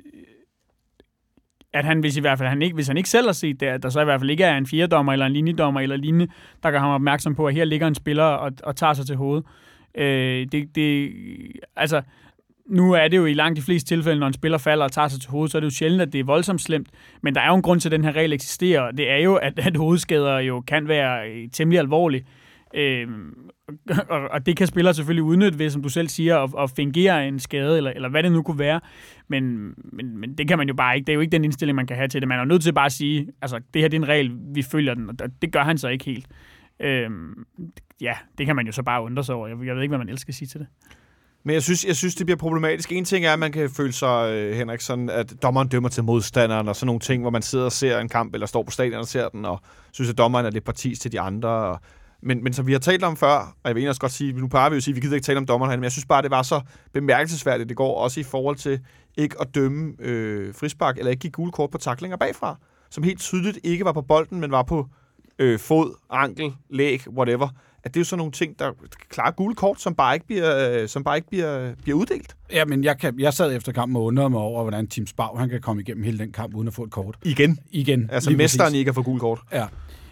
at han, hvis, i hvert fald, han ikke, hvis han ikke selv har set det, at der så i hvert fald ikke er en fjerdommer eller en linjedommer eller lignende, der kan have opmærksom på, at her ligger en spiller og, og tager sig til hovedet. Øh, det, det, altså, nu er det jo i langt de fleste tilfælde, når en spiller falder og tager sig til hovedet, så er det jo sjældent, at det er voldsomt slemt. Men der er jo en grund til, at den her regel eksisterer. Det er jo, at, at hovedskader jo kan være temmelig alvorlige. Øh, og, og det kan spillere selvfølgelig udnytte ved, som du selv siger, at, at fingere en skade, eller, eller hvad det nu kunne være. Men, men, men det kan man jo bare ikke. Det er jo ikke den indstilling, man kan have til det. Man er nødt til bare at sige, altså, det her det er en regel, vi følger den, og det gør han så ikke helt. Øhm, ja, det kan man jo så bare undre sig over. Jeg, jeg ved ikke, hvad man ellers skal sige til det. Men jeg synes, jeg synes, det bliver problematisk. En ting er, at man kan føle sig, øh, Henrik, sådan, at dommeren dømmer til modstanderen, og sådan nogle ting, hvor man sidder og ser en kamp, eller står på stadion og ser den, og synes, at dommeren er lidt partis til de andre, og Men, men som vi har talt om før, og jeg vil egentlig også godt sige, nu plejer vi jo at sige, at vi gider ikke tale om dommeren herinde, men jeg synes bare, det var så bemærkelsesværdigt, det går også i forhold til ikke at dømme øh, frispark, eller ikke give gule kort på tacklinger bagfra, som helt tydeligt ikke var på bolden, men var på øh, fod, ankel, læg, whatever. At det er jo sådan nogle ting, der klarer gule kort, som bare ikke bliver, øh, som bare ikke bliver, bliver uddelt. Ja, men jeg, kan, jeg sad efter kampen og undrede mig over, hvordan Tim Spau, han kan komme igennem hele den kamp uden at få et kort. Igen? Igen. Altså mesteren præcis. Ikke at få gule kort. Ja.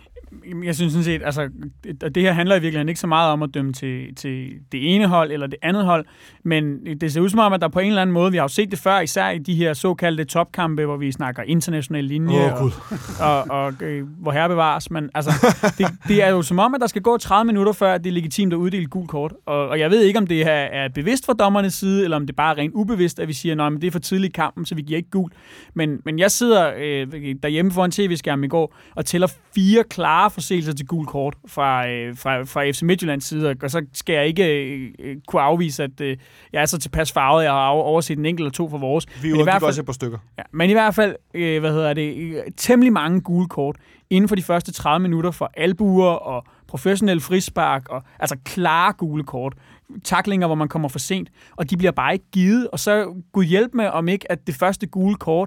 Jeg synes sådan set, altså, det her handler i virkeligheden ikke så meget om at dømme til, til det ene hold eller det andet hold, men det ser ud som om, at der på en eller anden måde, vi har jo set det før, især i de her såkaldte topkampe, hvor vi snakker international linje, oh, og, og, og øh, hvor herre bevares, men altså, det, det er jo som om, at der skal gå tredive minutter før, at det er legitimt at uddele gul kort, og, og jeg ved ikke, om det her er bevidst fra dommernes side, eller om det bare er rent ubevidst, at vi siger, nej, men det er for tidligt i kampen, så vi giver ikke gul, men, men jeg sidder øh, derhjemme foran tv-skærmen i går, og tæller fire klare forseelser til gul kort fra, øh, fra, fra F C Midtjyllands side, og så skal jeg ikke øh, kunne afvise, at øh, jeg er så tilpas farvet, jeg har overset en enkelt eller to for vores. Vi er jo også et par stykker. Ja, men i hvert fald, øh, hvad hedder det, temmelig mange gule kort inden for de første tredive minutter for albuer og professionel frispark, og altså klare gule kort. Tacklinger, hvor man kommer for sent, og de bliver bare ikke givet. Og så Gud hjælp med, om ikke, at det første gule kort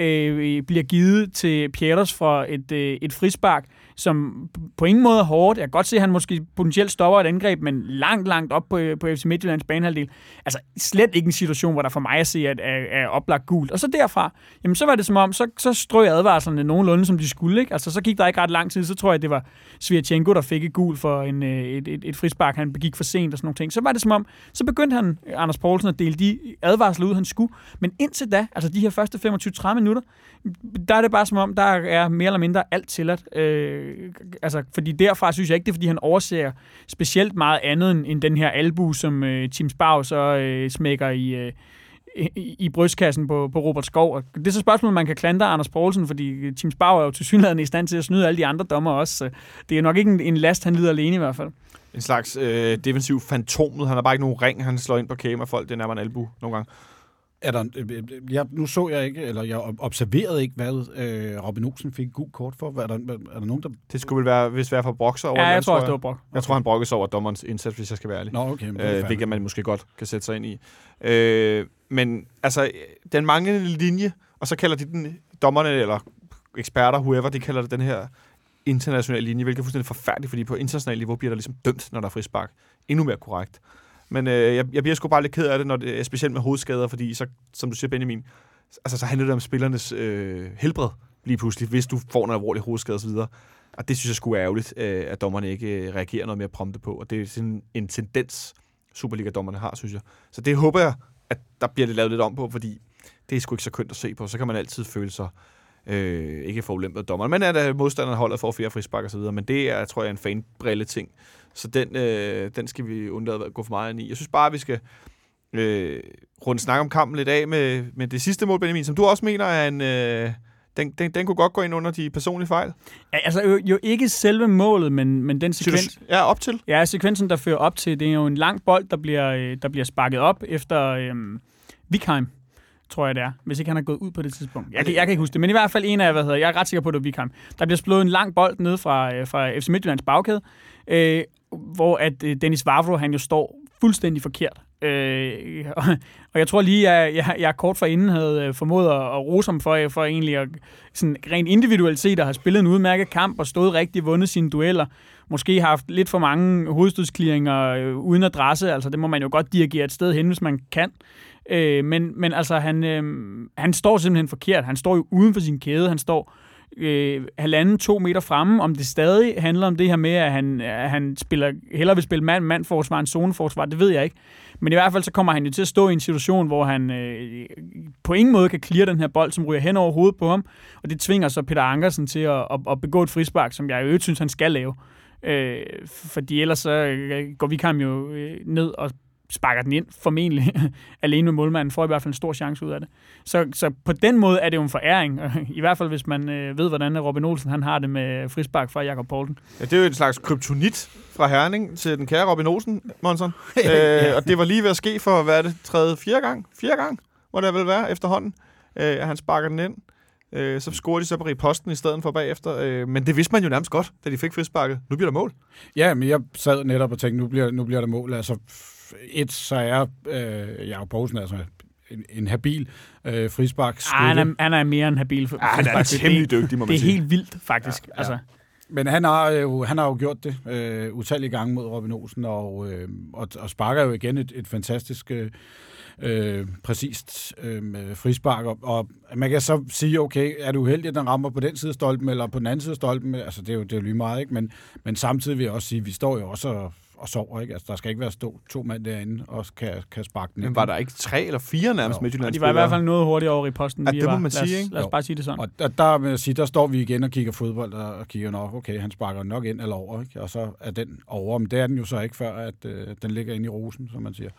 øh, bliver givet til Pieters for et, øh, et frispark, som på ingen måde er hårdt. Jeg kan godt se, at han måske potentielt stopper et angreb, men langt, langt op på, på F C Midtjyllands banehalvdel. Altså slet ikke en situation, hvor der for mig at se, at er, er oplagt gult. Og så derfra, jamen så var det som om, så, så strøg advarslerne nogenlunde, som de skulle. Ikke? Altså så gik der ikke ret lang tid, så tror jeg, det var Svirchenko, der fik et gul for en, et, et, et frispark, han begik for sent og sådan nogle ting. Så var det som om, så begyndte han, Anders Poulsen, at dele de advarsler ud, han skulle. Men indtil da, altså de her første femogtyve til tredive minutter, der er det bare som om, der er mere eller mindre alt tilladt. Øh, altså, fordi derfra synes jeg ikke, det er, fordi han overser specielt meget andet end, end den her albu, som øh, Tim Spau så øh, smækker i, øh, i, i brystkassen på, på Robert Skov. Og det er så spørgsmålet, man kan klandre Anders Poulsen, fordi Tim Sparv er jo tilsyneladende i stand til at snyde alle de andre dommer også. Så det er nok ikke en, en last, han lider alene i hvert fald. En slags øh, defensiv fantomet. Han har bare ikke nogen ring, han slår ind på kæme af folk. Det er nærmere en albu nogle gange. Er der, jeg, nu så jeg ikke, eller jeg observerede ikke, hvad øh, Robin Olsen fik gult kort for. Er der, er der nogen, der... Det skulle vel være, hvis være for brokser over. Ja, jeg land, tror også, jeg. det var brok. Jeg okay. tror, han brokkede sig over dommerens indsats, hvis jeg skal være ærlig. Nå, okay. Øh, hvilket man måske godt kan sætte sig ind i. Øh, men altså, den manglende linje, og så kalder de den, dommerne eller eksperter, whoever, de kalder det den her internationale linje, hvilket er fuldstændig forfærdeligt, fordi på internationalt niveau bliver der ligesom dømt, når der er frispark. Endnu mere korrekt. Men øh, jeg, jeg bliver sgu bare lidt ked af det, når det er specielt med hovedskader, fordi så, som du siger, Benjamin, altså, så handler det om spillernes øh, helbred lige pludselig, hvis du får en alvorlig hovedskade osv. Og det synes jeg sgu er ærgerligt, øh, at dommerne ikke øh, reagerer noget mere prompte på. Og det er sådan en tendens, Superliga-dommerne har, synes jeg. Så det håber jeg, at der bliver det lavet lidt om på, fordi det er sgu ikke så kønt at se på. Så kan man altid føle sig øh, ikke for ulæmpet af dommerne. Men at modstanderen holder for flere frispark og så videre. Men det er, tror jeg, en fanbrille ting. Så den, øh, den skal vi undlade at gå for meget ind i. Jeg synes bare, at vi skal øh, runde snak om kampen lidt af med, med det sidste mål, Benjamin, som du også mener er en... Øh, den, den, den kunne godt gå ind under de personlige fejl. Ja, altså jo, jo ikke selve målet, men, men den sekvens... Ja, op til. Ja, sekvensen, der fører op til, det er jo en lang bold, der bliver, der bliver sparket op efter øh, Vikheim, tror jeg det er, hvis ikke han har gået ud på det tidspunkt. Jeg, jeg kan ikke huske det, men i hvert fald en af, hvad hedder jeg er ret sikker på, det er Vikheim. Der bliver slået en lang bold ned fra, fra F C Midtjyllands bagkæde, øh, hvor at øh, Dennis Vavro, han jo står fuldstændig forkert. Øh, og, og jeg tror lige, at jeg, jeg kort forinden havde formået at, at rose ham for, for egentlig at sådan rent individuelt set at have spillet en udmærket kamp og stået rigtig, vundet sine dueller. Måske har haft lidt for mange hovedstødsklieringer øh, uden adresse, altså det må man jo godt dirigere et sted hen, hvis man kan. Øh, men, men altså, han, øh, han står simpelthen forkert. Han står jo uden for sin kæde. Han står øh, halvanden, to meter fremme. Om det stadig handler om det her med, at han, at han spiller, hellere vil spille mand-mand-forsvar end zoneforsvar, det ved jeg ikke. Men i hvert fald så kommer han jo til at stå i en situation, hvor han øh, på ingen måde kan clear den her bold, som ryger hen over hovedet på ham. Og det tvinger så Peter Ankersen til at, at, at begå et frispark, som jeg jo synes, han skal lave. Øh, fordi ellers så øh, går Vikheim jo øh, ned og sparker den ind, formentlig alene med målmanden, får i hvert fald en stor chance ud af det. Så, så på den måde er det jo en foræring, i hvert fald hvis man øh, ved, hvordan Robin Olsen han har det med frispark fra Jakob Poulsen. Ja, det er jo en slags kryptonit fra Herning til den kære Robin Olsen, Monson. øh, og det var lige ved at ske for, hvad er det, tredje, fjerde gang? Fjerde gang, må det vel være efterhånden, øh, at han sparker den ind. Øh, så scorer de så på riposten i stedet for bagefter. Øh, men det vidste man jo nærmest godt, da de fik frisparket. Nu bliver der mål. Ja, men jeg sad netop og tænkte, nu bliver, nu bliver der mål. Altså, et, så er øh, Jakob Poulsen altså en, en habil øh, frisparkskytte. Ah, han, er, han er mere en habil ah, han er temmelig dygtig, må man sige. Det er sige. helt vildt, faktisk. Ja, ja. Altså. Men han har jo, han har jo gjort det øh, utallige gange mod Robin Olsen, og, øh, og, og sparker jo igen et, et fantastisk øh, øh, præcist øh, frispark. Og, og man kan så sige, okay, er du uheldig, at den rammer på den side af stolpen, eller på den anden side af stolpen? Altså, det er jo, det er jo lige meget, ikke? Men, men samtidig vil jeg også sige, vi står jo også og, og sover, ikke? Altså, der skal ikke være stå, to mand derinde, og kan, kan sparke den. Men var der ikke tre eller fire nærmest Midtjyllands de var i hvert fald noget hurtigere over i posten. Ja, det må man sige, lad os, ikke? lad os bare sige det sådan. Og der, der, vil jeg sige, der står vi igen og kigger fodbold, og kigger nok, okay, han sparker nok ind eller over, ikke? Og så er den over, men det er den jo så ikke før, at øh, den ligger inde i rosen, som man siger.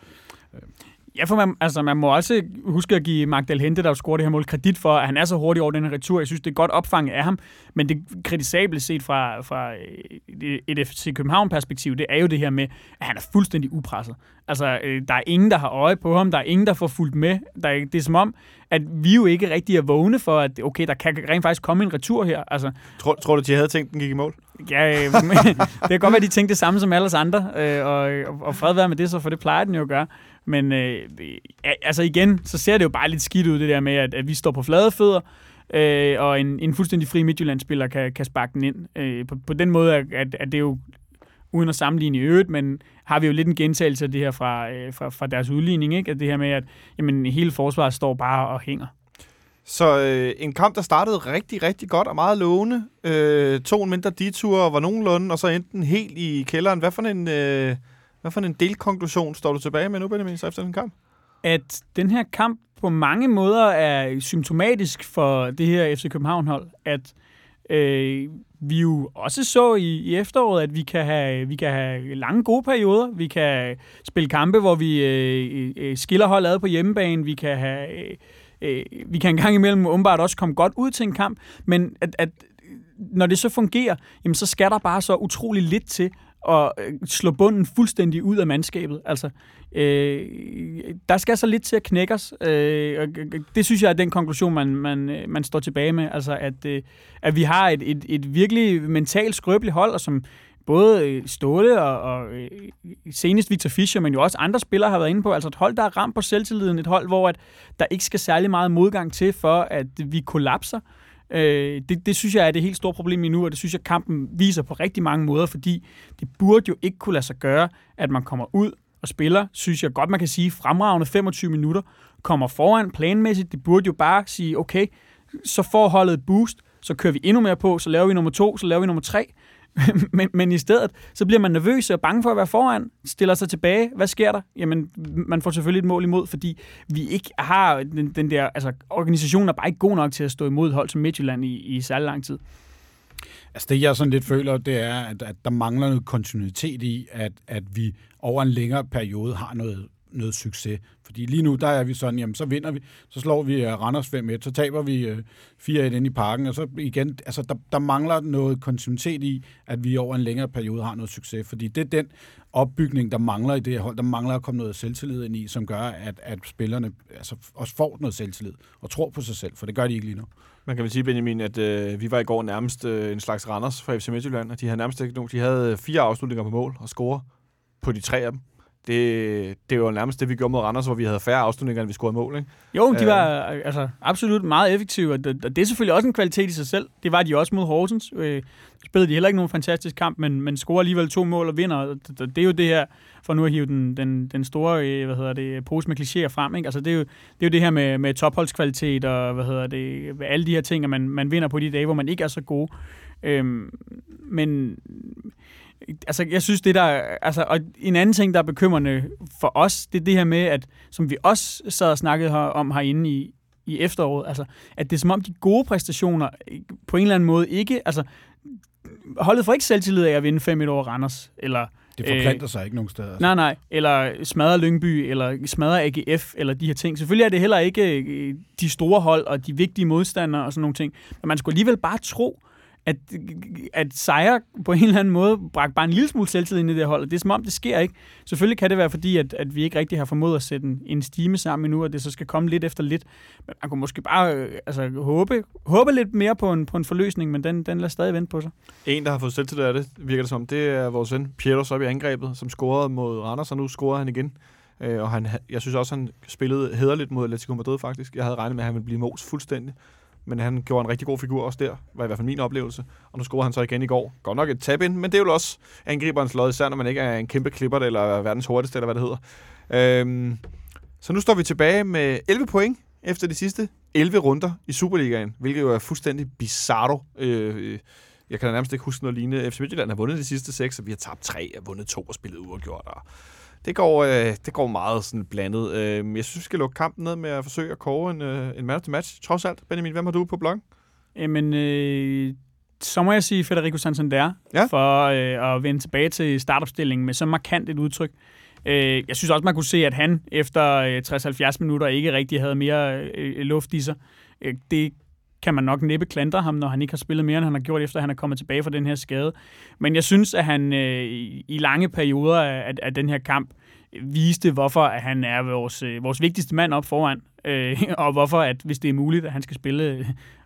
Ja, for man, altså, man må også huske at give Magdal Hente, der jo scorer det her mål, kredit for, at han er så hurtig over den her retur. Jeg synes, det er godt opfanget af ham, men det kritisable set fra, fra et F C København-perspektiv, det er jo det her med, at han er fuldstændig upresset. Altså, der er ingen, der har øje på ham, der er ingen, der får fulgt med. Der er, det er som om, at vi jo ikke rigtig er vågne for, at okay, der kan rent faktisk komme en retur her. Altså, tror, tror du, de havde tænkt, den gik i mål? Ja, det kan godt være, de tænkte det samme som alle os andre, øh, og, og fred være med det, så for det plejer den jo at gøre. Men øh, altså igen, så ser det jo bare lidt skidt ud, det der med, at, at vi står på flade fødder, øh, og en, en fuldstændig fri Midtjyllandsspiller kan, kan sparke den ind. Øh, på, på den måde, at, at det jo, uden at sammenligne i øvrigt, men har vi jo lidt en gentagelse af det her fra, øh, fra, fra deres udligning, ikke? At det her med, at jamen, hele forsvaret står bare og hænger. Så øh, en kamp, der startede rigtig, rigtig godt og meget lovende. Øh, to en mindre detur og var nogenlunde, og så endte den helt i kælderen. Hvad for en, øh, hvad for en delkonklusion står du tilbage med nu, Benjamin, så efter den kamp? At den her kamp på mange måder er symptomatisk for det her F C København-hold. At øh, vi jo også så i, i efteråret, at vi kan, have, vi kan have lange, gode perioder. Vi kan spille kampe, hvor vi øh, øh, skiller hold ad på hjemmebane. Vi kan have... Øh, øh, vi kan en gang imellem åbenbart også komme godt ud til en kamp, men at, at når det så fungerer, jamen, så skal der bare så utrolig lidt til at slå bunden fuldstændig ud af mandskabet. Altså, øh, der skal så lidt til at knække os. Øh, det synes jeg er den konklusion, man, man, man står tilbage med. Altså, at, øh, at vi har et, et, et virkelig mentalt skrøbeligt hold, og som både Ståle og, og senest Victor Fischer, men jo også andre spillere har været inde på. Altså et hold, der er ramt på selvtilliden. Et hold, hvor at der ikke skal særlig meget modgang til, for at vi kollapser. Øh, det, det synes jeg er det helt store problem lige nu, og det synes jeg, kampen viser på rigtig mange måder, fordi det burde jo ikke kunne lade sig gøre, at man kommer ud og spiller, synes jeg godt, man kan sige, fremragende femogtyve minutter, kommer foran planmæssigt. Det burde jo bare sige, okay, så får holdet et boost, så kører vi endnu mere på, så laver vi nummer to, så laver vi nummer tre. men, men i stedet, så bliver man nervøs og bange for at være foran, stiller sig tilbage. Hvad sker der? Jamen, man får selvfølgelig et mål imod, fordi vi ikke har den, den der, altså organisationen er bare ikke god nok til at stå imod et hold som Midtjylland i, i særlig lang tid. Altså det, jeg sådan lidt føler, det er, at, at der mangler noget kontinuitet i, at, at vi over en længere periode har noget, noget succes. Fordi lige nu, der er vi sådan, jamen så vinder vi, så slår vi uh, Randers fem et, så taber vi uh, fire et ind i parken, og så igen, altså der, der mangler noget kontinuitet i, at vi over en længere periode har noget succes. Fordi det er den opbygning, der mangler i det her hold, der mangler at komme noget selvtillid ind i, som gør, at, at spillerne altså, også får noget selvtillid og tror på sig selv, for det gør de ikke lige nu. Man kan vel sige, Benjamin, at øh, vi var i går nærmest øh, en slags Randers fra F C Midtjylland, og de havde nærmest ikke nogen. De havde fire afslutninger på mål og score på de tre af dem. Det, det var nærmest det, vi gjorde mod Randers, hvor vi havde færre afslutninger, end vi scorede mål, ikke? Jo, de var øh, altså, absolut meget effektive, og det, og det er selvfølgelig også en kvalitet i sig selv. Det var de også mod Horsens. Øh, spillede de heller ikke nogen fantastisk kamp, men, men scorer alligevel to mål og vinder. Det, det er jo det her, for nu at hive den, den, den store øh, hvad hedder det, pose med klichéer frem, ikke? Altså, det er jo det, er jo det her med, med topholdskvalitet og hvad hedder det, alle de her ting, at man, man vinder på de dage, hvor man ikke er så god. Øh, men... Altså, jeg synes, det der... Altså, og en anden ting, der er bekymrende for os, det er det her med, at som vi også sad og snakkede her, om herinde i, i efteråret, altså, at det er som om de gode præstationer på en eller anden måde ikke... Altså, holdet får ikke selvtillid af at vinde fem et over Randers, eller... Det forplanter øh, sig ikke nogen steder. Altså. Nej, nej. Eller smadrer Lyngby, eller smadrer A G F, eller de her ting. Selvfølgelig er det heller ikke de store hold og de vigtige modstandere og sådan nogle ting. Men man skulle alligevel bare tro, at, at sejre på en eller anden måde bragte bare en lille smule selvtillid ind i det hold, og det er som om, det sker ikke. Selvfølgelig kan det være fordi, at, at vi ikke rigtig har formået at sætte en, en stime sammen endnu, og det så skal komme lidt efter lidt. Men man kunne måske bare øh, altså, håbe, håbe lidt mere på en, på en forløsning, men den, den lader stadig vente på sig. En, der har fået selvtillid af det, virker det som, det er vores ven Pieters op i angrebet, som scorede mod Randers, og nu scorer han igen. Øh, og han, jeg synes også, han spillede hæderligt mod Atletico Madrid faktisk. Jeg havde regnet med, at han ville blive mos fuldstændig. Men han gjorde en rigtig god figur også der, var i hvert fald min oplevelse. Og nu scorede han så igen i går. Godt nok et tab ind, men det er jo også angriberens lod, især når man ikke er en kæmpe klipper, eller verdens hurtigste, eller hvad det hedder. Øhm, så nu står vi tilbage med elleve point efter de sidste elleve runder i Superligaen, hvilket jo er fuldstændig bizarro. Øh, jeg kan nærmest ikke huske noget lignende. F C Midtjylland har vundet de sidste seks, og vi har tabt tre og vundet to og spillet uafgjort. Og det går, øh, det går meget sådan blandet. Øh, jeg synes, vi skal lukke kampen ned med at forsøge at kåre en, øh, en man of the match. Trods alt, Benjamin, hvem har du på bloggen? Jamen, øh, så må jeg sige Federico Santander, ja? for øh, at vende tilbage til startopstillingen med så markant et udtryk. Øh, jeg synes også, man kunne se, at han efter øh, tres til halvfjerds minutter ikke rigtig havde mere øh, luft i sig. Øh, det kan man nok næppe klandre ham, når han ikke har spillet mere, end han har gjort, efter han er kommet tilbage fra den her skade. Men jeg synes, at han øh, i lange perioder af, af den her kamp viste, hvorfor at han er vores, øh, vores vigtigste mand op foran, øh, og hvorfor, at hvis det er muligt, at han skal spille øh,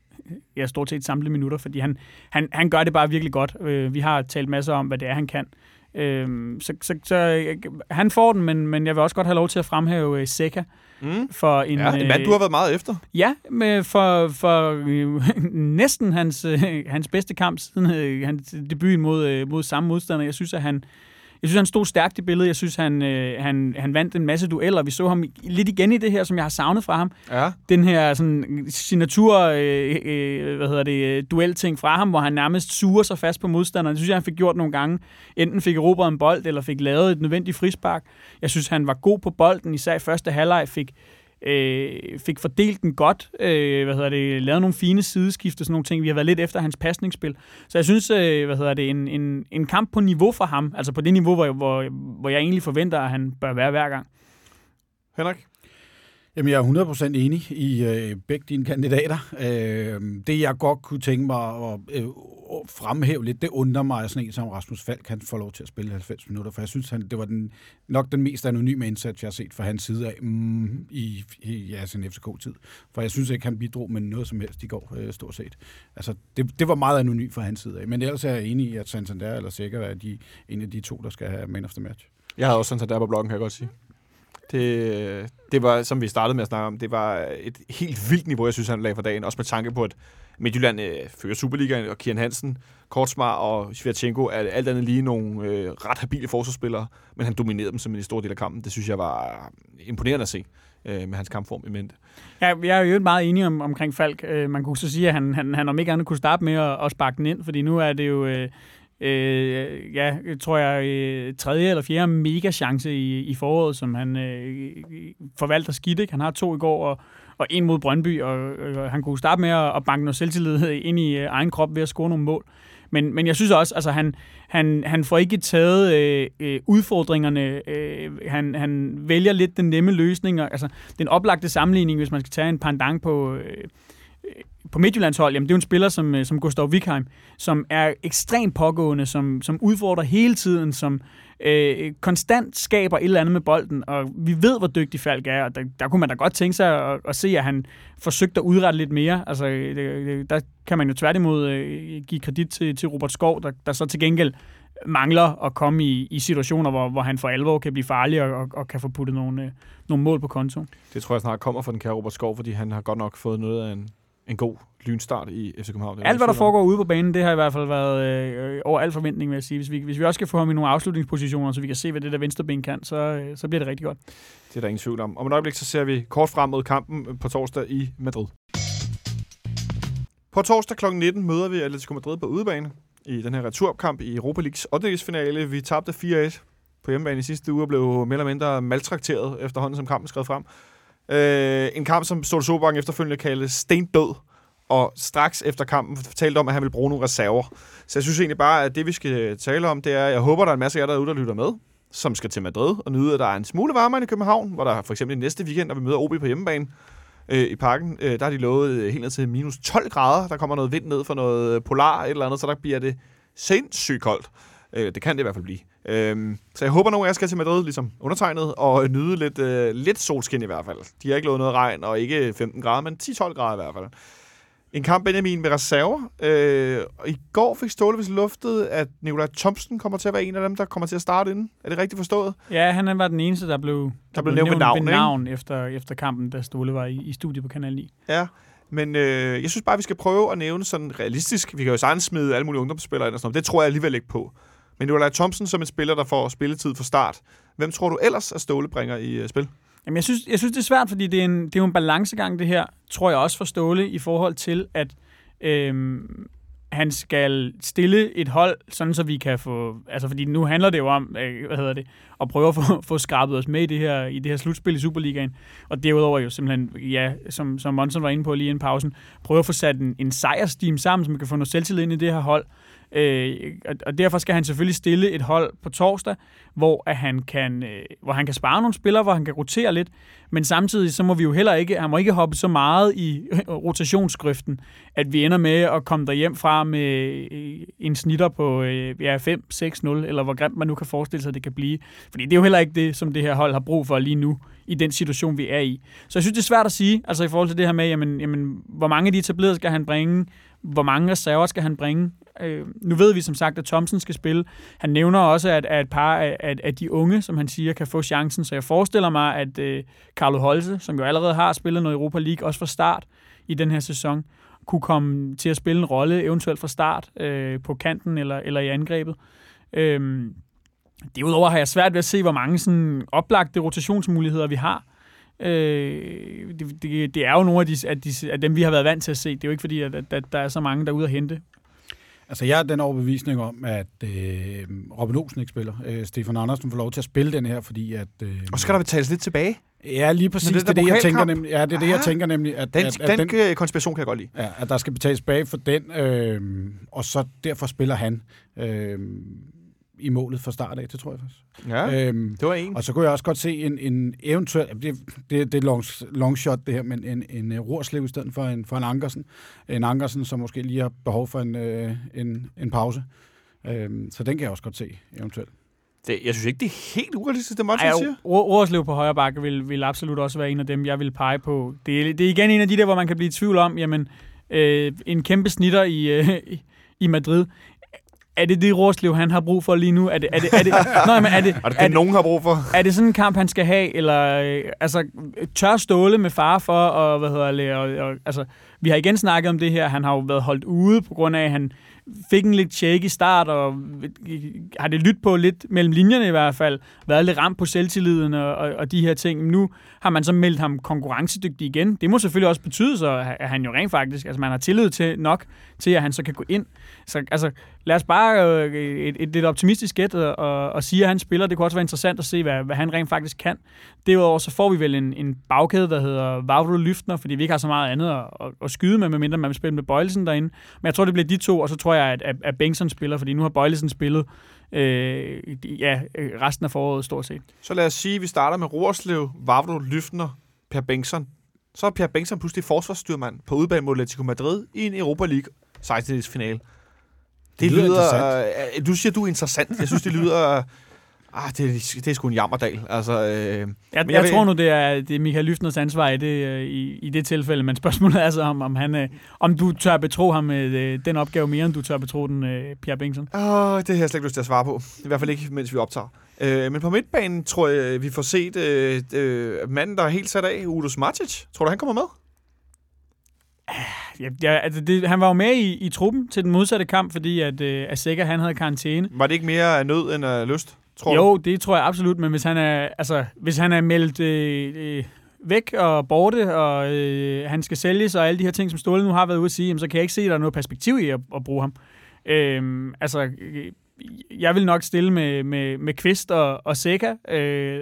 ja, stort set samtlige minutter, fordi han, han, han gør det bare virkelig godt. Øh, vi har talt masser om, hvad det er, han kan. Øh, så så, så øh, han får den, men, men jeg vil også godt have lov til at fremhæve øh, Seca. Mm. For en, ja, en mand, du har været meget efter. Ja, med for, for øh, næsten hans, øh, hans bedste kamp siden øh, hans debut mod, øh, mod samme modstander. Jeg synes, at han, jeg synes, han stod stærkt i billedet. Jeg synes, han, øh, han, han vandt en masse dueller. Vi så ham lidt igen i det her, som jeg har savnet fra ham. Ja. Den her sådan, signatur øh, øh, hvad hedder det, duelting fra ham, hvor han nærmest suger sig fast på modstanderen. Det synes jeg, han fik gjort nogle gange. Enten fik erobret en bold, eller fik lavet et nødvendigt frispark. Jeg synes, han var god på bolden, især i første halvleg fik øh, fik fordelt den godt, øh, hvad hedder det, lavet nogle fine sideskift og sådan nogle ting. Vi har været lidt efter hans pasningsspil. Så jeg synes, øh, hvad hedder det, en, en, en kamp på niveau for ham, altså på det niveau, hvor, hvor, hvor jeg egentlig forventer, at han bør være hver gang. Henrik? Jamen, jeg er hundrede procent enig i øh, begge dine kandidater. Øh, det, jeg godt kunne tænke mig at øh, fremhæve lidt, det undrer mig, at sådan en som Rasmus Falk kan få lov til at spille halvfems minutter, for jeg synes, han, det var den, nok den mest anonyme indsats, jeg har set fra hans side af mm, i, i ja, sin F C K-tid. For jeg synes ikke, han bidrog med noget som helst i går, øh, stort set. Altså, det, det var meget anonymt fra hans side af. Men ellers er jeg enig i, at Santander eller sikkert er de, en af de to, der skal have man of the match. Jeg havde også Santander på bloggen, kan jeg godt sige. Det, det var, som vi startede med at snakke om, det var et helt vildt niveau, jeg synes, han lagde for dagen. Også med tanke på, at Midtjylland øh, fører Superligaen, og Kian Hansen, Kortsmar og Svirchenko er alt andet lige nogle øh, ret habile forsvarsspillere, men han dominerede dem simpelthen i stor del af kampen. Det synes jeg var imponerende at se øh, med hans kampform i mente. Ja, jeg er jo meget enig om, omkring Falk. Øh, man kunne så sige, at han, han, han om ikke andet kunne starte med at, at sparke den ind, fordi nu er det jo... Øh, Øh, ja, tror jeg, øh, tredje eller fjerde mega chance i, i foråret, som han øh, forvalter skidt, ikke? Han har to i går, og, og en mod Brøndby, og, og han kunne starte med at, at banke noget selvtillid ind i øh, egen krop ved at score nogle mål. Men, men jeg synes også, altså han, han, han får ikke taget øh, udfordringerne. Øh, han, han vælger lidt den nemme løsning. Og, altså, den oplagte sammenligning, hvis man skal tage en pendant på... Øh, på Midtjyllands hold, jamen det er jo en spiller som, som Gustav Wikheim, som er ekstremt pågående, som, som udfordrer hele tiden, som øh, konstant skaber et eller andet med bolden, og vi ved, hvor dygtig Falk er, og der, der kunne man da godt tænke sig at, at se, at han forsøgte at udrette lidt mere. Altså, det, der kan man jo tværtimod øh, give kredit til, til Robert Skov, der, der så til gengæld mangler at komme i, i situationer, hvor, hvor han for alvor kan blive farlig og, og, og kan få puttet nogle, øh, nogle mål på konto. Det tror jeg snart kommer fra den kære Robert Skov, fordi han har godt nok fået noget af en en god lynstart i F C København. Alt, hvad der foregår ude på banen, det har i hvert fald været øh, over al forventning, vil jeg sige. Hvis vi, hvis vi også kan få ham i nogle afslutningspositioner, så vi kan se, hvad det der venstreben kan, så, øh, så bliver det rigtig godt. Det er der ingen tvivl om. Om et øjeblik, så ser vi kort frem mod kampen på torsdag i Madrid. På torsdag klokken nitten møder vi Atletico Madrid på udebane i den her returkamp i Europa Leagues ottendedelsfinale. Vi tabte fire et på hjemmebane i sidste uge og blev mere eller mindre maltrakteret efterhånden, som kampen skred frem. Øh, en kamp, som Ståle Solbakken efterfølgende kaldte stendød, og straks efter kampen fortalte om, at han ville bruge nogle reserver. Så jeg synes egentlig bare, at det vi skal tale om, det er, jeg håber, der er en masse af jer derude, der lytter med, som skal til Madrid og nyde, at der er en smule varmere i København, hvor der for eksempel næste weekend, når vi møder O B på hjemmebane øh, i parken, øh, der har de lovet helt ned til minus tolv grader. Der kommer noget vind ned fra noget polar eller andet, så der bliver det sindssygt koldt. Øh, det kan det i hvert fald blive. Øhm, så jeg håber, nogle af jer skal til Madrid, ligesom undertegnet, og nyde lidt, øh, lidt solskin i hvert fald. De har ikke lovet noget regn, og ikke femten grader, men ti til tolv grader i hvert fald. En kamp, Benjamin, med reserver. Øh, og i går fik Ståle vist luftet, at Nikolaj Thomsen kommer til at være en af dem, der kommer til at starte inden. Er det rigtigt forstået? Ja, han var den eneste, der blev, der der blev nævnt ved navn, ved navn efter, efter kampen, da Ståle var i, i studiet på Kanal ni. Ja, men øh, jeg synes bare, vi skal prøve at nævne sådan realistisk. Vi kan jo sagtens smide alle mulige ungdomsspillere ind og sådan noget. Det tror jeg alligevel ikke på. Men Nikolaj Thomsen som en spiller, der får spilletid fra start. Hvem tror du ellers, at Ståle bringer i uh, spil? Jamen, jeg synes, jeg synes, det er svært, fordi det er, en, det er jo en balancegang, det her, tror jeg også for Ståle, i forhold til, at øhm, han skal stille et hold, sådan så vi kan få... Altså, fordi nu handler det jo om, øh, hvad hedder det, at prøve at få, få skrabet os med i det her, i det her slutspil i Superligaen. Og derudover jo simpelthen, ja, som, som Monson var inde på lige inden pausen, prøve at få sat en, en sejrsteam sammen, så man kan få noget selvtillid ind i det her hold. Øh, og derfor skal han selvfølgelig stille et hold på torsdag, hvor, at han kan, øh, hvor han kan spare nogle spillere, hvor han kan rotere lidt, men samtidig så må vi jo heller ikke, han må ikke hoppe så meget i rotationsgrøften, at vi ender med at komme derhjem fra med en snitter på øh, ja, fem seks nul, eller hvor grimt man nu kan forestille sig, det kan blive. Fordi det er jo heller ikke det, som det her hold har brug for lige nu, i den situation, vi er i. Så jeg synes, det er svært at sige, altså i forhold til det her med, jamen, jamen, hvor mange af de etablerede skal han bringe, hvor mange reserver skal han bringe. Øh, nu ved vi som sagt, at Thomsen skal spille. Han nævner også, at, at et par af, at, at de unge, som han siger, kan få chancen. Så jeg forestiller mig, at øh, Carlo Holse, som jo allerede har spillet noget Europa League, også fra start i den her sæson, kunne komme til at spille en rolle, eventuelt fra start øh, på kanten eller, eller i angrebet. Øh, derudover har jeg svært ved at se, hvor mange sådan, oplagte rotationsmuligheder vi har. Øh, det, det, det er jo nogle af, de, af, de, af dem, vi har været vant til at se. Det er jo ikke fordi, at, at, at der er så mange derude at hente. Altså, jeg er den overbevisning om, at øh, Robin Olsen ikke spiller. Øh, Stefan Andersen får lov til at spille den her, fordi at... Øh, og så skal der betales lidt tilbage? Ja, lige præcis. Det, det, det, jeg tænker nemlig, ja, det er det, jeg tænker nemlig. At, den, at, at den, den konspiration kan jeg godt lide. Ja, at der skal betales tilbage for den, øh, og så derfor spiller han øh, i målet fra start af, det tror jeg faktisk. Ja, øhm, det var en. Og så kunne jeg også godt se en, en eventuel, det, det, det er long, long shot det her, men en, en, en Rorslev i stedet for en, for en Ankersen. En Ankersen, som måske lige har behov for en, øh, en, en pause. Øhm, så den kan jeg også godt se, eventuelt. Det, jeg synes ikke, det er helt urealistisk, det Monsen siger. Rorslev på højre bakke vil, vil absolut også være en af dem, jeg vil pege på. Det er, det er igen en af de der, hvor man kan blive i tvivl om, jamen, øh, en kæmpe snitter i, øh, i Madrid. Er det det Rorslev, han har brug for lige nu? Er det, er det, er det, nej, men er det, er det, er det nogen har brug for? Er det sådan en kamp, han skal have? Eller øh, altså, tør Ståle med fare for? Og, hvad hedder det, og, og, altså, vi har igen snakket om det her. Han har jo været holdt ude på grund af, at han fik en lidt shaky start, og har det lyttet på lidt mellem linjerne i hvert fald, været lidt ramt på selvtilliden og, og, og de her ting. Nu har man så meldt ham konkurrencedygtig igen. Det må selvfølgelig også betyde så, at han jo rent faktisk, altså man har tillid til nok til, at han så kan gå ind. Så altså, lad os bare øh, et, et lidt optimistisk gæt og, og, og sige, at han spiller. Det kunne også være interessant at se, hvad, hvad han rent faktisk kan. Derudover så får vi vel en, en bagkæde, der hedder Vavro Lyftner, fordi vi ikke har så meget andet at, at, at skyde med, medmindre man vil spille med Bøjlesen derinde. Men jeg tror, det bliver de to, og så tror jeg, at, at, at Bengtsson spiller, fordi nu har Bøjlesen spillet øh, ja, resten af foråret stort set. Så lad os sige, at vi starter med Rorslev, Vavro Lyftner, Per Bengtsson. Så er Per Bengtsson pludselig forsvarsstyrmand på udebane mod Atletico Madrid i en Europa League sekstendedelsfinale. Det, det lyder... lyder øh, du siger, du er interessant. Jeg synes, det lyder... Ah, det, det er sgu en jammerdal. Altså, øh, jeg jeg, jeg vil... tror nu, det er, det er Michael Lyftners ansvar i det, i, i det tilfælde, men spørgsmålet er så, om, om, han, øh, om du tør betro ham øh, den opgave mere, end du tør betro den, øh, Pierre Bengtsson. Åh, det har jeg slet ikke lyst til at svare på. I hvert fald ikke, mens vi optager. Øh, men på midtbanen tror jeg, vi får set øh, øh, manden, der er helt sat af, Udo Smacic. Tror du, han kommer med? Ja, ja, altså det, han var jo med i, i truppen til den modsatte kamp, fordi at øh, Aseka, han havde karantæne. Var det ikke mere af nød end af lyst, tror jo, du? Jo, det tror jeg absolut, men hvis han er, altså, hvis han er meldt øh, øh, væk og borte, og øh, han skal sælges, og alle de her ting, som Ståle nu har været ude at sige, jamen, så kan jeg ikke se, at der er noget perspektiv i at, at bruge ham. Øh, altså, øh, jeg vil nok stille med, med, med Kvist og, og Seka, øh,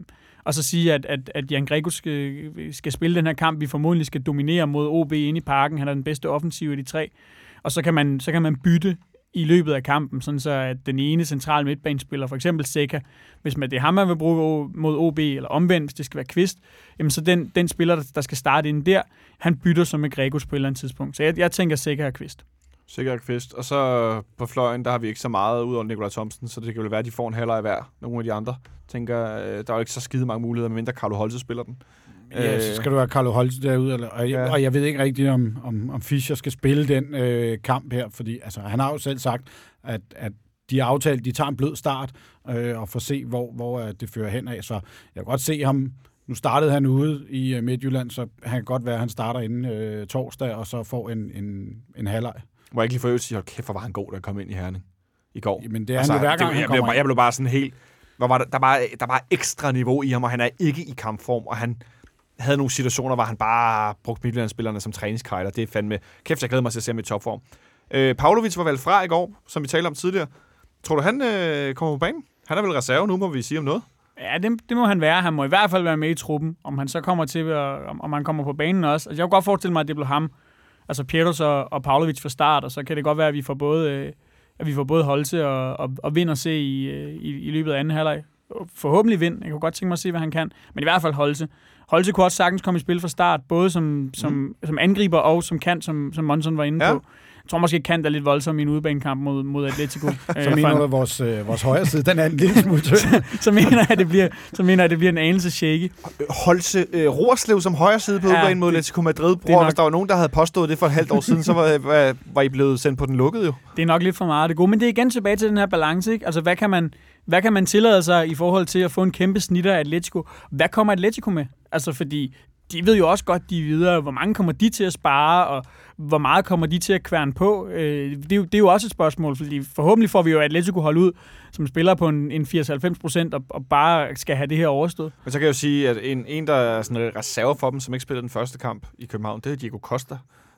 og så sige, at, at, at Jan Gregus skal, skal spille den her kamp. Vi formodentlig skal dominere mod O B inde i parken. Han er den bedste offensiv af de tre. Og så kan man, så kan man bytte i løbet af kampen, sådan så at den ene centrale midtbanespiller, for eksempel Seka, hvis man, det er ham, man vil bruge mod O B, eller omvendt, hvis det skal være Kvist, jamen så den, den spiller, der skal starte ind der, han bytter så med Gregus på et eller andet tidspunkt. Så jeg, jeg tænker Seka og Kvist. Sikkert Kvist. Og så på fløjen, der har vi ikke så meget ud over Nikolaj Thomsen, så det kan vel være, at de får en halvleg hver. Nogle af de andre tænker, der er jo ikke så skide mange muligheder, medmindre Carlo Holse spiller den. Ja, så skal du have Carlo Holse derude, eller, og, jeg, ja. og jeg ved ikke rigtigt, om, om, om Fischer skal spille den øh, kamp her, fordi altså, han har jo selv sagt, at, at de har aftalt, de tager en blød start, øh, og får se, hvor, hvor øh, det fører hen af. Så jeg kan godt se ham. Nu startede han ude i øh, Midtjylland, så han kan godt være, at han starter inden øh, torsdag, og så får en, en, en halvleg. Må jeg ikke lige få øvrigt sige, hold kæft, hvor var han god, der kom ind i Herning i går. Jamen, det er altså, han jo hver gang, det, han jeg, kommer blev, jeg blev bare sådan helt... Hvor var der, der, var, der var ekstra niveau i ham, og han er ikke i kampform, og han havde nogle situationer, hvor han bare brugte Midtjyllandsspillerne som træningskejler. Det er fandme... Kæft, jeg glæder mig til at se ham i topform. Øh, Pavlovic var valgt fra i går, som vi talte om tidligere. Tror du, han øh, kommer på banen? Han er vel reserve nu, må vi sige om noget? Ja, det, det må han være. Han må i hvert fald være med i truppen. Om han så kommer til, at, om, om han kommer på banen også. Altså, jeg kunne godt forestille mig, at det blev ham. Altså Pieters og, og Pavlovic fra start, og så kan det godt være, at vi får både, øh, at vi får både Holse og, og, og Vind at se i, i, i løbet af anden halvleg. Forhåbentlig Vind. Jeg kunne godt tænke mig at se, hvad han kan. Men i hvert fald Holse. Holse kunne også sagtens komme i spil fra start, både som, som, mm. som angriber og som kant, som, som Monson var inde ja. på. Jeg tror måske, Kant er lidt voldsom i en udebanekamp mod, mod Atletico. så mener du, at vores, øh, vores højre side, den er en lille smule tynd. så, så mener jeg, at det bliver, så mener jeg, at det bliver en anelse shaky. Holse øh, Rorslev som højre side på udebane ja, mod Atletico Madrid. Bror, nok... hvis der var nogen, der havde påstået det for et halvt år siden, så var, var, var I blevet sendt på den lukkede jo. Det er nok lidt for meget det gode, men det er igen tilbage til den her balance, ikke? Altså, hvad kan man, hvad kan man tillade sig i forhold til at få en kæmpe snitter af Atletico? Hvad kommer Atletico med? Altså, fordi de ved jo også godt, de videre, hvor mange kommer de til at spare, og hvor meget kommer de til at kværne på. Det er jo, det er jo også et spørgsmål, fordi forhåbentlig får vi jo Atletico hold ud, som spiller på en, en firs til halvfems procent, og, og bare skal have det her overstået. Men så kan jeg jo sige, at en, en der er sådan en reserve for dem, som ikke spillede den første kamp i København, det er Diego Costa.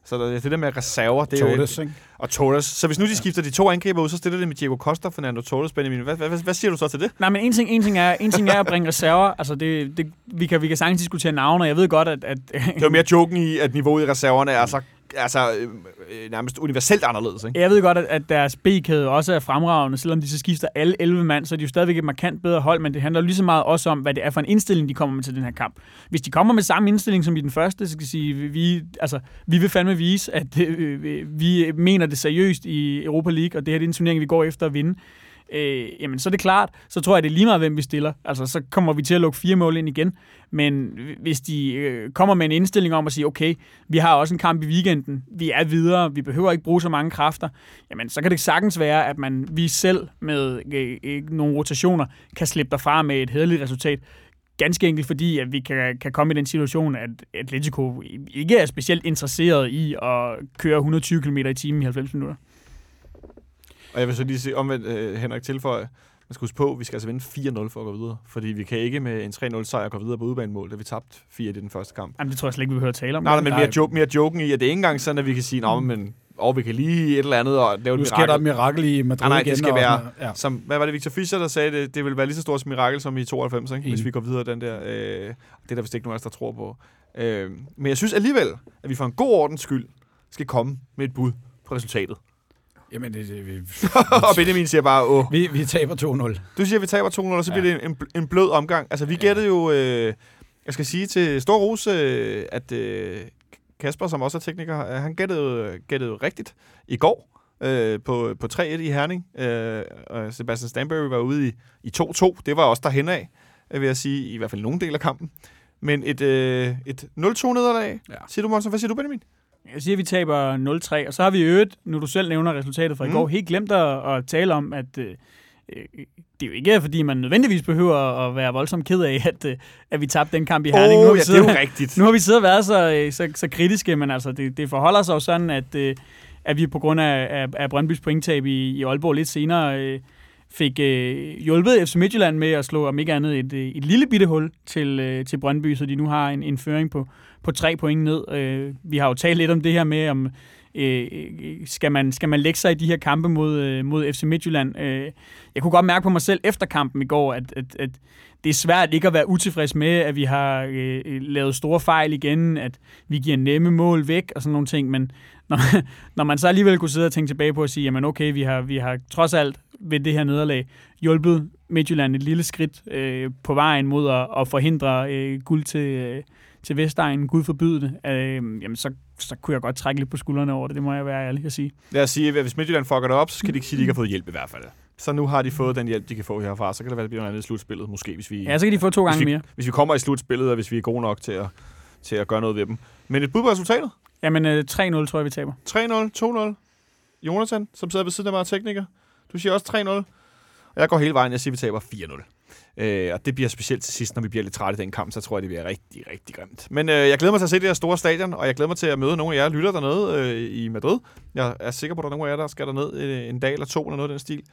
Så der, det der med reserver, det er Torres, jo... ikke? Og Torres. Så hvis nu de skifter de to angriber ud, så stiller det med Diego Costa og Fernando Torres, Benjamin. Hvad, hvad, hvad siger du så til det? Nej, men en ting, en ting, er, en ting er at bringe reserver. Altså, det, det, vi, kan, vi kan sagtens diskutere navne, og jeg ved godt, at... at det var mere joken i, at niveauet i reserverne er så... altså øh, nærmest universelt anderledes, ikke? Jeg ved godt, at, at deres B-kæde også er fremragende, selvom de så skifter alle elleve mand, så er de jo stadigvæk et markant bedre hold, men det handler lige så meget også om, hvad det er for en indstilling, de kommer med til den her kamp. Hvis de kommer med samme indstilling som i den første, så skal jeg sige, vi, altså, vi vil fandme vise, at øh, vi mener det seriøst i Europa League, og det her det er en turnering, vi går efter at vinde. Øh, jamen, så er det klart, så tror jeg, det er lige meget, hvem vi stiller. Altså, så kommer vi til at lukke fire mål ind igen. Men hvis de øh, kommer med en indstilling om at sige, okay, vi har også en kamp i weekenden, vi er videre, vi behøver ikke bruge så mange kræfter, jamen, så kan det sagtens være, at man, vi selv med øh, øh, nogle rotationer kan slippe derfra med et hæderligt resultat. Ganske enkelt fordi, at vi kan, kan komme i den situation, at Atletico ikke er specielt interesseret i at køre hundrede og tyve kilometer i timen i halvfems minutter. Og jeg vil så lige sige omvendt, uh, Henrik, tilføje, man skal huske på, at vi skal altså vinde fire nul for at gå videre. Fordi vi kan ikke med en tre nul sejr gå videre på udebanemål, da vi tabte fire et i den første kamp. Jamen, det tror jeg slet ikke, vi behøver at tale om. Nej, men mere, joke, mere joken i, at det er ikke engang sådan, at vi kan sige, nå, men og vi kan lige et eller andet og lave et mirakel. Nu sker der et mirakel i Madrid. Nej, nej, det skal igen, være, og, ja. som, hvad var det, Victor Fischer, der sagde, det, det vil være lige så stort som mirakel som i tooghalvfems, ikke? Hvis vi går videre den der. Øh, det er der vist ikke nogen af os, der tror på. Øh, men jeg synes alligevel, at vi for en god ordens skyld skal komme med et bud på resultatet. Jamen, det, det, vi... og Benjamin siger bare, åh. Vi, vi taber to nul. Du siger, at vi taber to nul, og så ja. bliver det en, en blød omgang. Altså, vi gættede jo, øh, jeg skal sige til stor ros, øh, at øh, Kasper, som også er tekniker, han gættede, gættede jo rigtigt i går øh, på, på tre et i Herning. Øh, og Sebastian Stanbury var ude i, i to to. Det var også derhen af, vil jeg sige, i hvert fald nogen del af kampen. Men et, øh, et nul to nederlag. Ja. Siger du, Monsen? Hvad siger du, Benjamin? Jeg siger, at vi taber nul tre, og så har vi øget, nu du selv nævner resultatet fra mm. i går, helt glemt at, at tale om, at øh, det er jo ikke, fordi man nødvendigvis behøver at være voldsomt ked af, at, øh, at vi tabte den kamp i Herning. Åh, oh, ja, siddet, det er jo rigtigt. Nu har vi siddet og været så, så, så kritiske, men altså, det, det forholder sig jo sådan, at, øh, at vi på grund af, af, af Brøndbys pointtab i, i Aalborg lidt senere øh, fik øh, hjulpet F C Midtjylland med at slå om ikke andet et, et lille bitte hul til, øh, til Brøndby, så de nu har en, en føring på, på tre point ned. Øh, vi har jo talt lidt om det her med, om øh, skal, man, skal man lægge sig i de her kampe mod, øh, mod F C Midtjylland. Øh, jeg kunne godt mærke på mig selv efter kampen i går, at, at, at det er svært ikke at være utilfreds med, at vi har øh, lavet store fejl igen, at vi giver nemme mål væk og sådan nogle ting, men når, når man så alligevel kunne sidde og tænke tilbage på at sige, jamen okay, vi har, vi har trods alt ved det her nederlag hjulpet Midtjylland et lille skridt øh, på vejen mod at, at forhindre øh, guld til, øh, til Vestegnen, Gud forbyde det, øh, jamen så, så kunne jeg godt trække lidt på skuldrene over det, det må jeg være ærlig at sige. Lad os sige, at hvis Midtjylland fucker det op, så skal de ikke sige, at de ikke har fået hjælp i hvert fald. Så nu har de fået den hjælp, de kan få herfra, så kan det være, at det bliver noget andet i slutspillet, måske, hvis vi... Ja, så kan de få to gange hvis vi, mere. Hvis vi kommer i slutspillet, og hvis vi er gode nok til at, til at gøre noget ved dem. Men et bud på resultatet? Jamen øh, tre nul tror jeg, vi taber. tre nul, to nul. Jonathan, som sidder ved siden af mig, tekniker. Du siger også tre nul. Og jeg går hele vejen, jeg siger, at vi taber fire nul. Øh, og det bliver specielt til sidst, når vi bliver lidt trætte i den kamp, så tror jeg, det bliver rigtig, rigtig grimt. Men øh, jeg glæder mig til at se det her store stadion, og jeg glæder mig til at møde nogle af jer lytter dernede øh, i Madrid. Jeg er sikker på, at der er nogle af jer, der skal derned øh, en dag eller to, eller noget af den stil.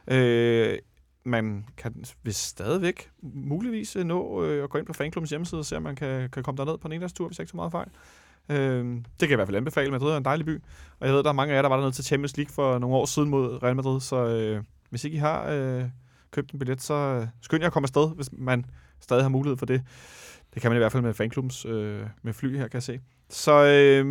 Øh, man kan hvis stadigvæk muligvis nå øh, at gå ind på fanklubbens hjemmeside og se, om man kan, kan komme derned på en endagstur, hvis jeg ikke så meget fejl. Øh, det kan jeg i hvert fald anbefale. Madrid er en dejlig by, og jeg ved, der er mange af jer, der var dernede til Champions League for nogle år siden mod Real Madrid, så øh, hvis ikke I har øh, købt en billet, så øh, skynd jer at komme afsted, hvis man stadig har mulighed for det. Det kan man i hvert fald med fanklubbens øh, med fly her, kan jeg se. Så øh,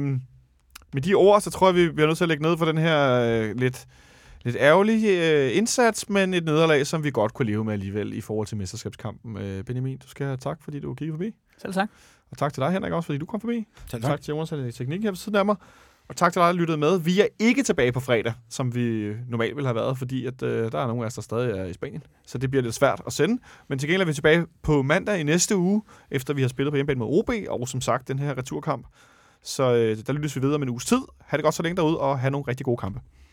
med de ord, så tror jeg, vi bliver nødt til at lægge ned for den her øh, lidt Lidt ærgerlig øh, indsats, men et nederlag, som vi godt kunne leve med alligevel i forhold til mesterskabskampen. Øh, Benjamin, du skal have tak, fordi du kiggede forbi. Selv tak. Og tak til dig, Henrik, også, fordi du kom forbi. Selv tak. Tak til Jonas i teknik her ved siden af mig. Og tak til dig, der lyttede med. Vi er ikke tilbage på fredag, som vi normalt ville have været, fordi at, øh, der er nogle af os, der stadig er i Spanien. Så det bliver lidt svært at sende. Men til gengæld er vi tilbage på mandag i næste uge, efter vi har spillet på hjemmebane mod O B, og som sagt, den her returkamp. Så øh, der lyttes vi videre om en uges tid. Ha' det godt så længe derude, og have nogle rigtig gode kampe.